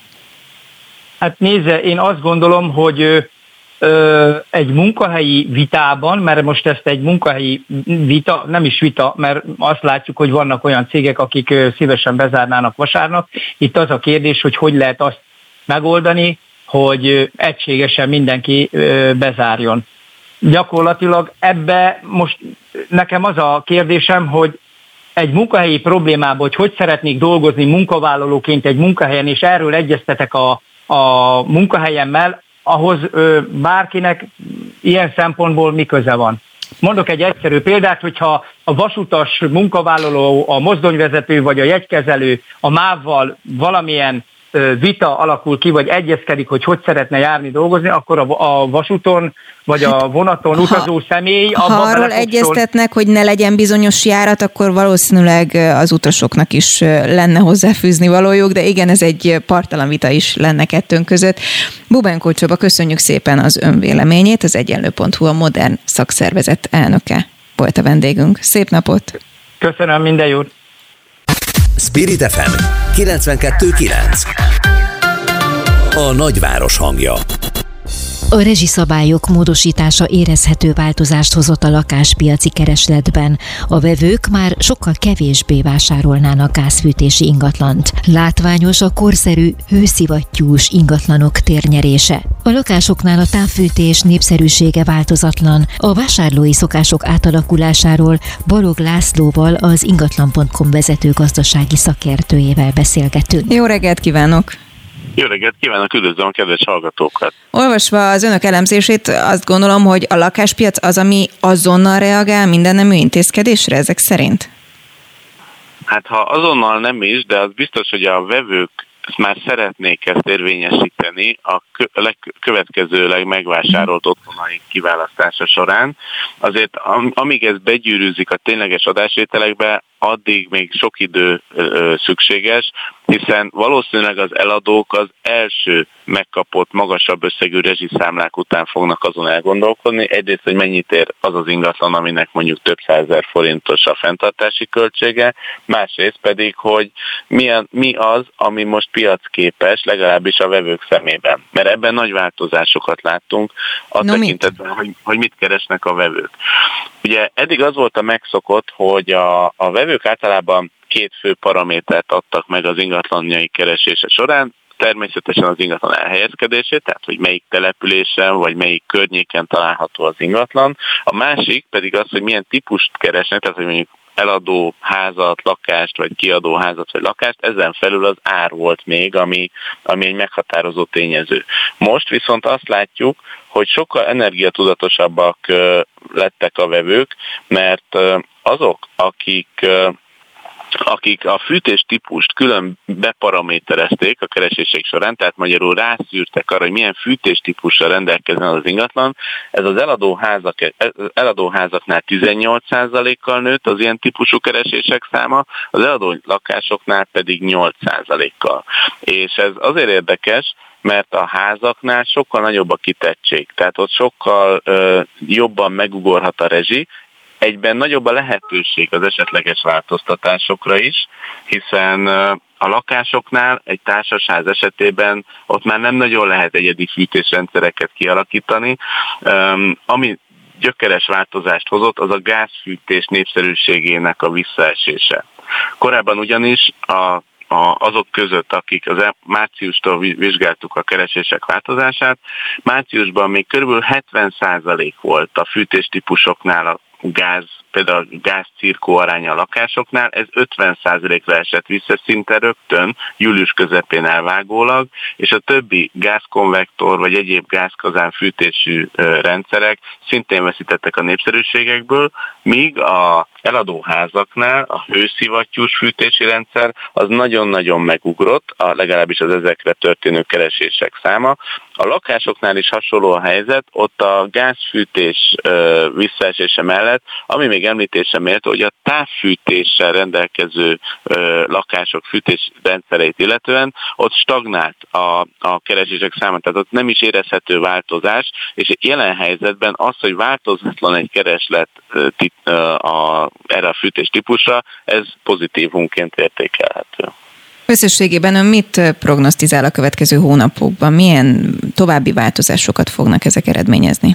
Hát nézze, én azt gondolom, hogy ö, egy munkahelyi vitában, mert most ezt egy munkahelyi vita, nem is vita, mert azt látjuk, hogy vannak olyan cégek, akik szívesen bezárnának vasárnap. Itt az a kérdés, hogy hogy lehet azt megoldani, hogy egységesen mindenki ö, bezárjon. Gyakorlatilag ebbe most nekem az a kérdésem, hogy egy munkahelyi problémában, hogy hogy szeretnék dolgozni munkavállalóként egy munkahelyen, és erről egyeztetek a a munkahelyemmel, ahhoz ö, bárkinek ilyen szempontból mi köze van. Mondok egy egyszerű példát, hogyha a vasutas munkavállaló, a mozdonyvezető vagy a jegykezelő a mávval valamilyen ö, vita alakul ki, vagy egyezkedik, hogy hogy szeretne járni, dolgozni, akkor a, a vasúton vagy a vonaton utazó személy... Ha arról egyeztetnek, hogy ne legyen bizonyos járat, akkor valószínűleg az utasoknak is lenne hozzáfűzni valójuk, de igen, ez egy parttalan vita is lenne kettőnk között. Bubenkó Csaba, köszönjük szépen az önvéleményét, az egyenlő pont hu a Modern szakszervezet elnöke volt a vendégünk. Szép napot! Köszönöm, minden jót! Spirit ef em kilencvenkettő kilenc. A nagyváros hangja. A rezsiszabályok módosítása érezhető változást hozott a lakáspiaci keresletben. A vevők már sokkal kevésbé vásárolnának gázfűtési ingatlant. Látványos a korszerű, hőszivattyús ingatlanok térnyerése. A lakásoknál a távfűtés népszerűsége változatlan. A vásárlói szokások átalakulásáról Balog Lászlóval, az ingatlan pont com vezető gazdasági szakértőjével beszélgetünk. Jó reggelt kívánok! Jó reggelt kívánok, üdvözlöm a kedves hallgatókat! Olvasva az önök elemzését, azt gondolom, hogy a lakáspiac az, ami azonnal reagál minden nemű intézkedésre ezek szerint? Hát ha azonnal nem is, de az biztos, hogy a vevők már szeretnék ezt érvényesíteni a legkövetkezőleg megvásárolt otthonaik kiválasztása során. Azért amíg ez begyűrűzik a tényleges adásvételekbe, addig még sok idő ö, szükséges, hiszen valószínűleg az eladók az első megkapott magasabb összegű rezsiszámlák után fognak azon elgondolkodni. Egyrészt, hogy mennyit ér az az ingatlan, aminek mondjuk több százezer forintos a fenntartási költsége, másrészt pedig, hogy milyen, mi az, ami most piacképes, legalábbis a vevők szemében. Mert ebben nagy változásokat láttunk a no, tekintetben, hogy, hogy mit keresnek a vevők. Ugye eddig az volt a megszokott, hogy a, a vevők általában két fő paramétert adtak meg az ingatlanjai keresése során, természetesen az ingatlan elhelyezkedését, tehát hogy melyik településen vagy melyik környéken található az ingatlan. A másik pedig az, hogy milyen típust keresnek, tehát hogy mondjuk eladó házat, lakást, vagy kiadó házat, vagy lakást, ezen felül az ár volt még, ami, ami egy meghatározó tényező. Most viszont azt látjuk, hogy sokkal energiatudatosabbak lettek a vevők, mert azok, akik akik a fűtés típust külön beparaméterezték a keresések során, tehát magyarul rászűrtek arra, hogy milyen fűtés típussal rendelkezzen az ingatlan, ez az eladóházak, eladóházaknál tizennyolc százalékkal nőtt az ilyen típusú keresések száma, az eladó lakásoknál pedig nyolc százalékkal. És ez azért érdekes, mert a házaknál sokkal nagyobb a kitettség, tehát ott sokkal ö, jobban megugorhat a rezsi, egyben nagyobb a lehetőség az esetleges változtatásokra is, hiszen a lakásoknál egy társasház esetében ott már nem nagyon lehet egyedi fűtésrendszereket kialakítani. Ami gyökeres változást hozott, az a gázfűtés népszerűségének a visszaesése. Korábban ugyanis a A, azok között, akik az márciustól vizsgáltuk a keresések változását, márciusban még kb. hetven százalék volt a fűtéstípusoknál a gáz, például a gázcirkó aránya a lakásoknál, ez ötven százalékra esett vissza szinte rögtön, július közepén elvágólag, és a többi gázkonvektor vagy egyéb gázkazán fűtésű rendszerek szintén veszítettek a népszerűségekből, míg a eladóházaknál a hőszivattyús fűtési rendszer az nagyon-nagyon megugrott, a, legalábbis az ezekre történő keresések száma. A lakásoknál is hasonló a helyzet, ott a gázfűtés ö, visszaesése mellett, ami még említésem méltó, hogy a távfűtéssel rendelkező ö, lakások fűtésrendszereit illetően ott stagnált a, a keresések száma, tehát ott nem is érezhető változás, és jelen helyzetben az, hogy változatlan egy kereslet ö, ö, a, erre a fűtés típusra, ez pozitívunként értékelhető. Összességében ön mit prognosztizál a következő hónapokban? Milyen további változásokat fognak ezek eredményezni?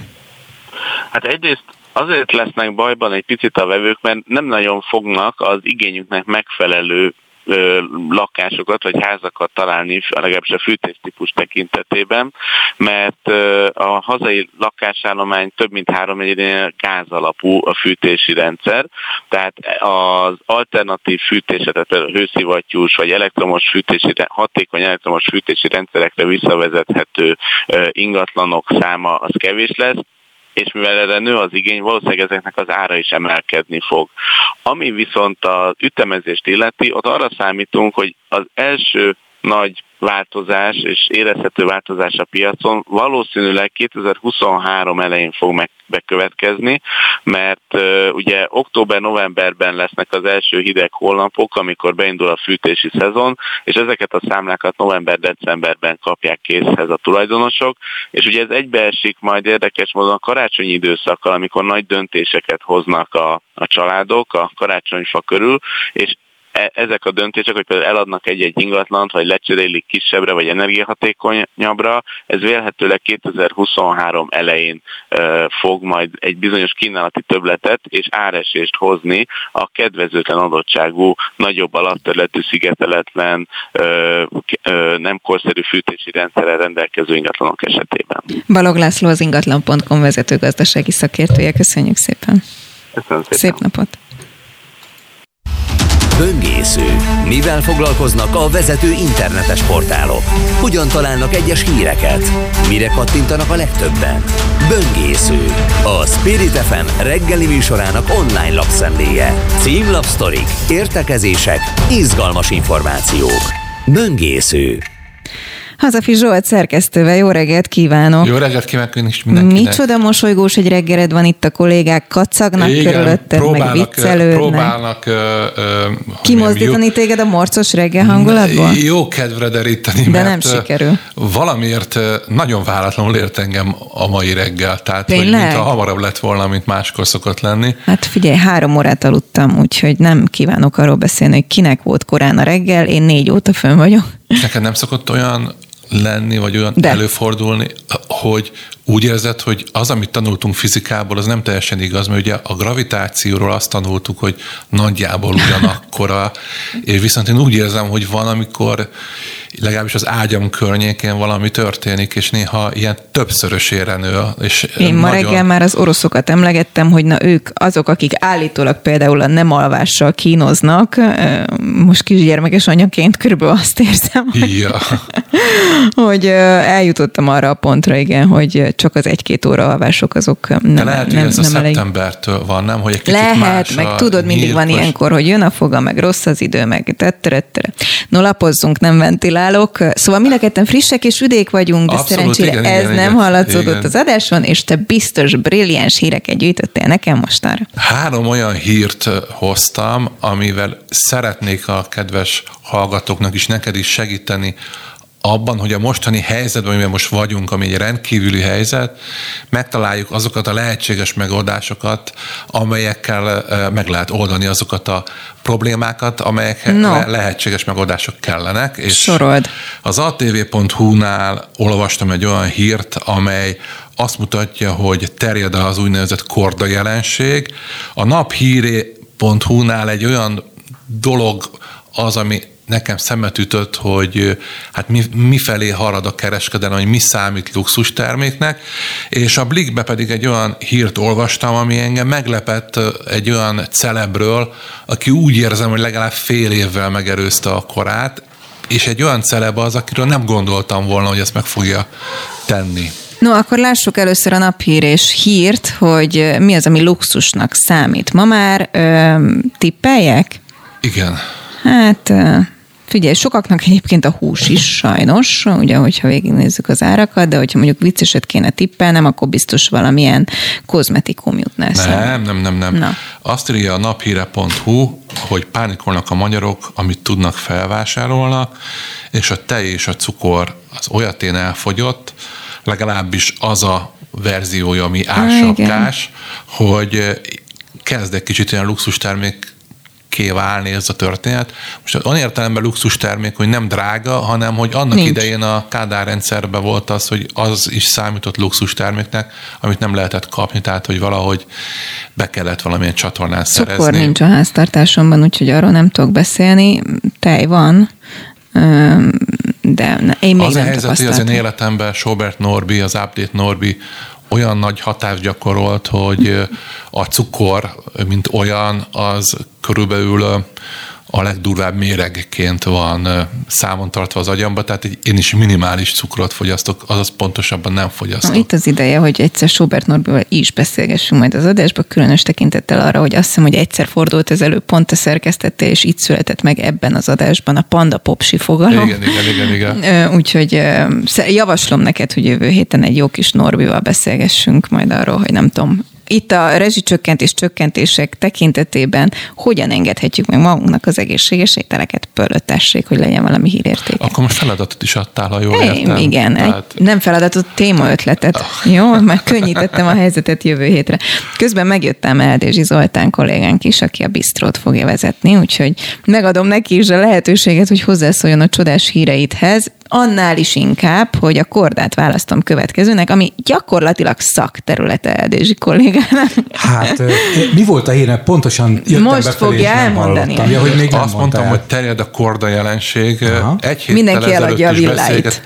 Hát egyrészt azért lesznek bajban egy picit a vevők, mert nem nagyon fognak az igényüknek megfelelő ö, lakásokat vagy házakat találni, legalábbis a fűtéstípus tekintetében, mert ö, a hazai lakásállomány több mint háromnegyedénél gáz alapú a fűtési rendszer, tehát az alternatív fűtésre, tehát például hőszivattyús vagy elektromos fűtési, hatékony elektromos fűtési rendszerekre visszavezethető ö, ingatlanok száma az kevés lesz, és mivel erre nő az igény, valószínűleg ezeknek az ára is emelkedni fog. Ami viszont az ütemezést illeti, ott arra számítunk, hogy az első nagy változás és érezhető változás a piacon valószínűleg kétezer-huszonhárom elején fog meg bekövetkezni, mert uh, ugye október-novemberben lesznek az első hideg hónapok, amikor beindul a fűtési szezon, és ezeket a számlákat november-decemberben kapják készhez a tulajdonosok, és ugye ez egybeesik majd érdekes módon a karácsonyi időszakkal, amikor nagy döntéseket hoznak a, a családok a karácsonyfa körül, és ezek a döntések, hogy például eladnak egy-egy ingatlant, vagy lecserélik kisebbre, vagy energiahatékonyabbra, ez vélhetőleg kétezer-huszonhárom elején uh, fog majd egy bizonyos kínálati többletet és áresést hozni a kedvezőtlen adottságú, nagyobb alapterületű, szigeteletlen, uh, uh, nem korszerű fűtési rendszerrel rendelkező ingatlanok esetében. Balog László, az ingatlan pont com vezető gazdasági szakértője. Köszönjük szépen! Köszönöm szépen! Szép napot! Böngésző. Mivel foglalkoznak a vezető internetes portálok? Hogyan találnak egyes híreket? Mire kattintanak a legtöbben? Böngésző. A Spirit ef em reggeli műsorának online lapszemléje. Címlapsztorik, értekezések, izgalmas információk. Böngésző. Hazafi Zsolt szerkesztővel, jó reggelt kívánok! Jó reggelt kívánok én is mindenkinek! Micsoda mosolygós egy reggeled van itt, a kollégák kacagnak igen, körülötted, meg viccelődnek. Próbálnak ö, ö, kimozdítani jó, téged a morcos reggel hangulatból? Jó kedvre deríteni, de mert nem sikerül. Valamiért nagyon váratlanul ért engem a mai reggel, tehát hogy mintha hamarabb lett volna, mint máskor szokott lenni. Hát figyelj, három órát aludtam, úgyhogy nem kívánok arról beszélni, hogy kinek volt korán a reggel, én négy óta fönn vagyok. És neked nem szokott olyan lenni, vagy olyan De. előfordulni, hogy úgy érzed, hogy az, amit tanultunk fizikából, az nem teljesen igaz, mert ugye a gravitációról azt tanultuk, hogy nagyjából ugyanakkora, és viszont én úgy érzem, hogy van, amikor legalábbis az ágyam környékén valami történik, és néha ilyen többszörösére nő. És Én ma nagyon... reggel már az oroszokat emlegettem, hogy na ők azok, akik állítólag például a nem alvással kínoznak, most kisgyermekes anyaként körülbelül azt érzem, hogy, ja. hogy eljutottam arra a pontra, igen, hogy csak az egy-két óra alvások azok nem De lehet, nem, hogy ez nem a elég. szeptembertől van, nem? Hogy egy kicsit lehet, más meg a tudod, mindig nyílt, van most... ilyenkor, hogy jön a foga, meg rossz az idő, meg tetterettere. No, lapozzunk, nem ventilálok. Szóval mind a ketten frissek és üdék vagyunk, de Abszolút, szerencsére igen, ez igen, nem igen, hallatszódott igen. az adáson, és te biztos brilliáns híreket gyűjtöttél nekem mostanra. Három olyan hírt hoztam, amivel szeretnék a kedves hallgatóknak is, neked is segíteni abban, hogy a mostani helyzetben, amiben most vagyunk, ami egy rendkívüli helyzet, megtaláljuk azokat a lehetséges megoldásokat, amelyekkel meg lehet oldani azokat a problémákat, amelyek no. le- lehetséges megoldások kellenek. És Sorold. Az á té vé pont hú-nál olvastam egy olyan hírt, amely azt mutatja, hogy terjed az úgynevezett korda jelenség. A naphíré pont hú-nál egy olyan dolog az, ami nekem szemet ütött, hogy hát mi, mifelé harad a kereskedelem, hogy mi számít luxus terméknek, és a Blickbe pedig egy olyan hírt olvastam, ami engem meglepett egy olyan celebről, aki úgy érzem, hogy legalább fél évvel megerőzte a korát, és egy olyan celeb az, akiről nem gondoltam volna, hogy ezt meg fogja tenni. No, akkor lássuk először a naphír és hírt, hogy mi az, ami luxusnak számít. Ma már ö, tippeljek? Igen. Hát figyelj, sokaknak egyébként a hús is sajnos, ugye, hogyha végignézzük az árakat, de hogyha mondjuk vicceset kéne tippelnem, akkor biztos valamilyen kozmetikum jutna eszembe. Nem, nem, nem, nem. Na. Azt írja a naphíre pont hú, hogy pánikolnak a magyarok, amit tudnak felvásárolnak, és a tej és a cukor az olyatén elfogyott, legalábbis az a verziója, ami ásapkás, hogy kezd egy kicsit ilyen luxus termék válni ez a történet. Most olyan értelemben luxus termék, hogy nem drága, hanem hogy annak Nincs. idején a Kádár rendszerben volt az, hogy az is számított luxus terméknek, amit nem lehetett kapni, tehát hogy valahogy be kellett valamilyen csatornán szerezni. Cukor nincs a háztartásomban, úgyhogy arról nem tudok beszélni. Tej van, de én még az nem a helyzet, hogy az én életemben Sobert Norbi, az Update Norbi olyan nagy hatást gyakorolt, hogy a cukor, mint olyan, az körülbelül a legdurvább méregként van számon tartva az agyamba, tehát én is minimális cukrot fogyasztok, azaz pontosabban nem fogyasztok. Itt az ideje, hogy egyszer Sobert Norbival is beszélgessünk majd az adásba, különös tekintettel arra, hogy azt hiszem, hogy egyszer fordult ez elő, pont a szerkesztettél, és itt született meg ebben az adásban a Panda Popsi fogalom. Igen, igen, igen, igen. Úgyhogy javaslom neked, hogy jövő héten egy jó kis Norbival beszélgessünk majd arról, hogy nem tudom, itt a rezsicsökkentés csökkentések tekintetében hogyan engedhetjük meg magunknak az egészséges ételeket, pörlöttessék, hogy legyen valami hírértéke. Akkor most feladatot is adtál, ha jól é, értem. Igen, Tehát... nem feladatot, témaötletet. Oh. Jó, már könnyítettem a helyzetet jövő hétre. Közben megjöttem Eldézsi Zoltán kollégánk is, aki a bistrót fogja vezetni, úgyhogy megadom neki is a lehetőséget, hogy hozzászóljon a csodás híreidhez, annál is inkább, hogy a kordát választom következőnek, ami gyakorlatilag szakterülete Eldézsi kollégának. Hát, mi volt a hír? Pontosan jöttem Most befelé, fogja elmondani. Ja, hogy még Azt mondtam, el. hogy terjed a korda jelenség. Aha. Egy héttel Mindenki eladja a villáit.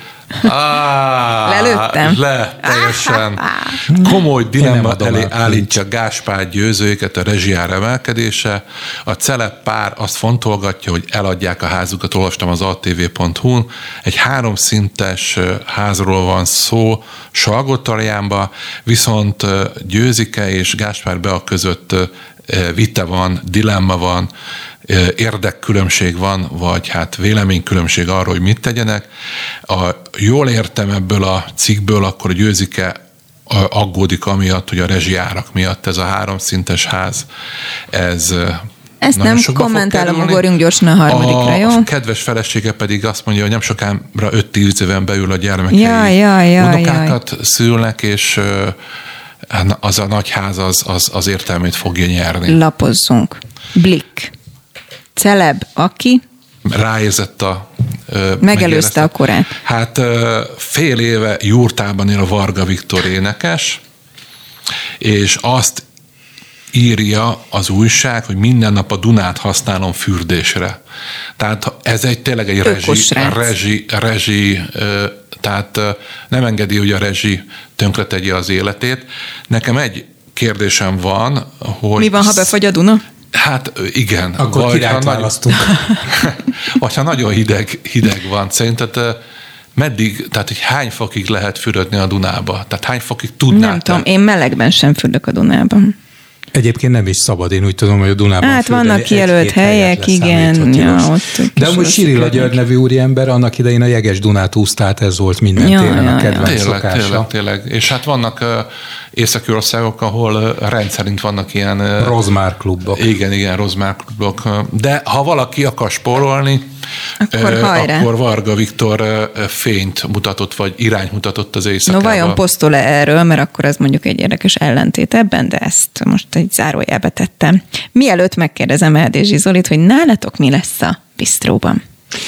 Ah, Lelőttem. Le, teljesen. Komoly dilemma elé állítja Gáspár Győzőjéket a rezsiár emelkedése. A celeb pár azt fontolgatja, hogy eladják a házukat, olvastam az á té vé pont hú-n. Egy háromszintes házról van szó Salgótarjánban, viszont Győzike és Gáspár Bea között vita van, dilemma van, érdekkülönbség van, vagy hát véleménykülönbség arról, hogy mit tegyenek. A, jól értem ebből a cikkből, akkor a Győzike aggódik amiatt, hogy a rezsiárak miatt ez a háromszintes ház, ez ezt nem kommentálom, ugorjunk gyorsan a harmadikra, jó? A kedves felesége pedig azt mondja, hogy nem sokára öt-tíz éven belül a gyermekei ja, ja, ja, unokákat ja. szülnek, és az a nagy ház az, az, az értelmét fogja nyerni. Lapozzunk. Blick. Celeb, aki ráérzett a... megelőzte a korát. Hát fél éve Jurtában él a Varga Viktor énekes, és azt írja az újság, hogy minden nap a Dunát használom fürdésre. Tehát ez egy tényleg egy rezsi, rezsi, rezsi, tehát nem engedi, hogy a rezsi tönkretegye az életét. Nekem egy kérdésem van, hogy... Mi van, ha befagy a Duna? Hát igen. Akkor királyt választunk. Vagy ha nagyon hideg, hideg van. Szerinted meddig, tehát hogy hány fokig lehet fürödni a Dunába? Tehát hány fokig tudnád? Nem tudom, én melegben sem fürdök a Dunában. Egyébként nem is szabad, én úgy tudom, hogy a Dunában hát vannak kijelölt helyek, igen. Ja, ott de amúgy Sirilla György nevű úriember annak idején a jeges Dunát úszta, tehát ez volt minden ja, téren ja, a kedvenc ja. szokása. Tényleg, tényleg, tényleg. És hát vannak uh, északi országok, ahol uh, rendszerint vannak ilyen... Uh, rozmár klubok. Igen, igen, rozmár klubok. De ha valaki akar spórolni, akkor, uh, akkor Varga Viktor uh, fényt mutatott, vagy irányt mutatott az éjszakába. No vajon posztol-e erről, mert akkor ez mondjuk egy érdekes ellentét ebben, de ezt most egy zárójelbe tettem. Mielőtt megkérdezem Erdési Zolit, hogy nálatok mi lesz a bistróban?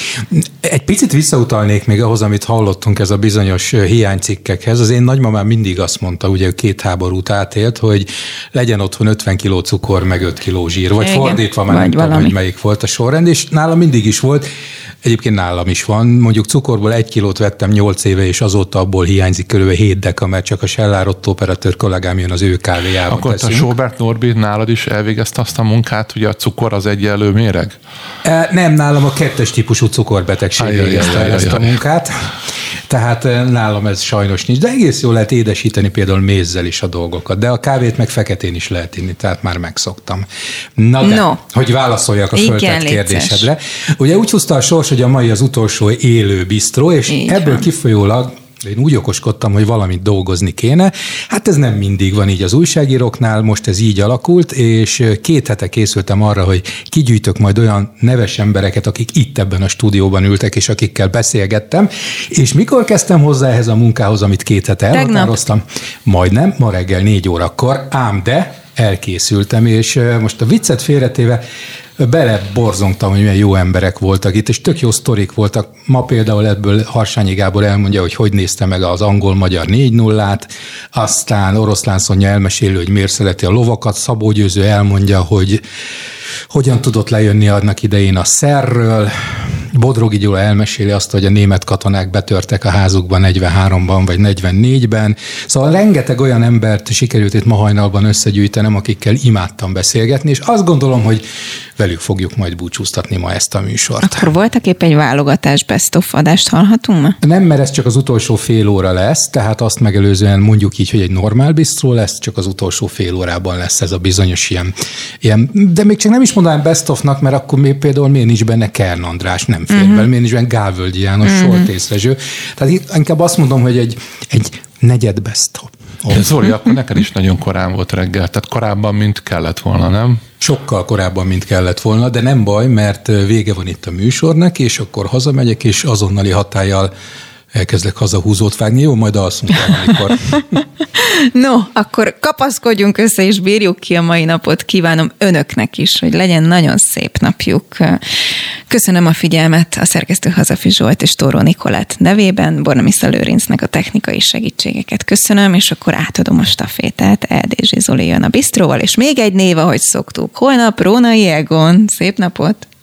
Egy picit visszautalnék még ahhoz, amit hallottunk, ez a bizonyos hiánycikkekhez. Az én nagymamám mindig azt mondta, ugye két háborút átélt, hogy legyen otthon ötven kiló cukor, meg öt kiló zsír, vagy igen, fordítva, már nem tudom, hogy melyik volt a sorrend, és nálam mindig is volt. Egyébként nálam is van. Mondjuk cukorból egy kilót vettem nyolc éve, és azóta abból hiányzik körülbelül hét deka, mert csak a Sellár Otto operatőr kollégám jön az ő kávéjában. Akkor teszünk. a Sobert Norbi nálad is elvégezte azt a munkát, hogy a cukor az egyenlő méreg? E, nem, nálam a kettes típusú cukorbetegség végezte el ezt a munkát. Tehát nálam ez sajnos nincs, de egész jól lehet édesíteni például mézzel is a dolgokat, de a kávét meg feketén is lehet inni, tehát már megszoktam. Na de, no. hogy válaszoljak a föltett kérdésedre. Ugye úgy húzta a sors, hogy a mai az utolsó élő bisztró, és így ebből van. Kifolyólag én úgy okoskodtam, hogy valamit dolgozni kéne. Hát ez nem mindig van így az újságíróknál, most ez így alakult, és két hete készültem arra, hogy kigyűjtök majd olyan neves embereket, akik itt ebben a stúdióban ültek, és akikkel beszélgettem. És mikor kezdtem hozzá ehhez a munkához, amit két hete elhatároztam? Majdnem, ma reggel négy órakor, ám de elkészültem, és most a viccet félretéve beleborzongtam, hogy milyen jó emberek voltak itt, és tök jó sztorik voltak. Ma például ebből Harsányi Gábor elmondja, hogy hogy nézte meg az angol-magyar négy nullát, aztán Oroszlán Szonya elmeséli, hogy miért szereti a lovakat, Szabó Győző elmondja, hogy hogyan tudott lejönni annak idején a szerről, Bodrogi Gyula elmeséli azt, hogy a német katonák betörtek a házukban negyvenháromban vagy negyvennégyben. Szóval rengeteg olyan embert sikerült itt ma hajnalban összegyűjtenem, akikkel imádtam beszélgetni, és azt gondolom, hogy velük fogjuk majd búcsúztatni ma ezt a műsort. Akkor voltak épp egy válogatás best of adást hallhatunk ma? Nem, mert ez csak az utolsó fél óra lesz, tehát azt megelőzően mondjuk így, hogy egy normál bistró lesz, csak az utolsó fél órában lesz ez a bizonyos ilyen, ilyen de még csak nem is mondanám best ofnak, mert akkor még például miért nincs benne Kern András, nem fér uh-huh. bele, miért nincs benne Gálvölgyi János, uh-huh. Soltész Rezső. Tehát itt inkább azt mondom, hogy egy, egy negyed best of. Oh. De Zoli, akkor neked is nagyon korán volt reggel, tehát korábban, mint kellett volna, nem? Sokkal korábban, mint kellett volna, de nem baj, mert vége van itt a műsornak, és akkor hazamegyek, és azonnali hatállyal elkezdek hazahúzót vágni. Jó, majd alszunk valamikor. No, akkor kapaszkodjunk össze, és bírjuk ki a mai napot. Kívánom önöknek is, hogy legyen nagyon szép napjuk. Köszönöm a figyelmet a szerkesztő Hazafi Zsolt és Tóró Nikolett nevében, Bornemisza Lőrincnek a technikai segítségeket köszönöm, és akkor átadom a stafétát. Erdési Zoli jön a bistróval, és még egy név, ahogy szoktuk. Holnap Rónai Egon. Szép napot!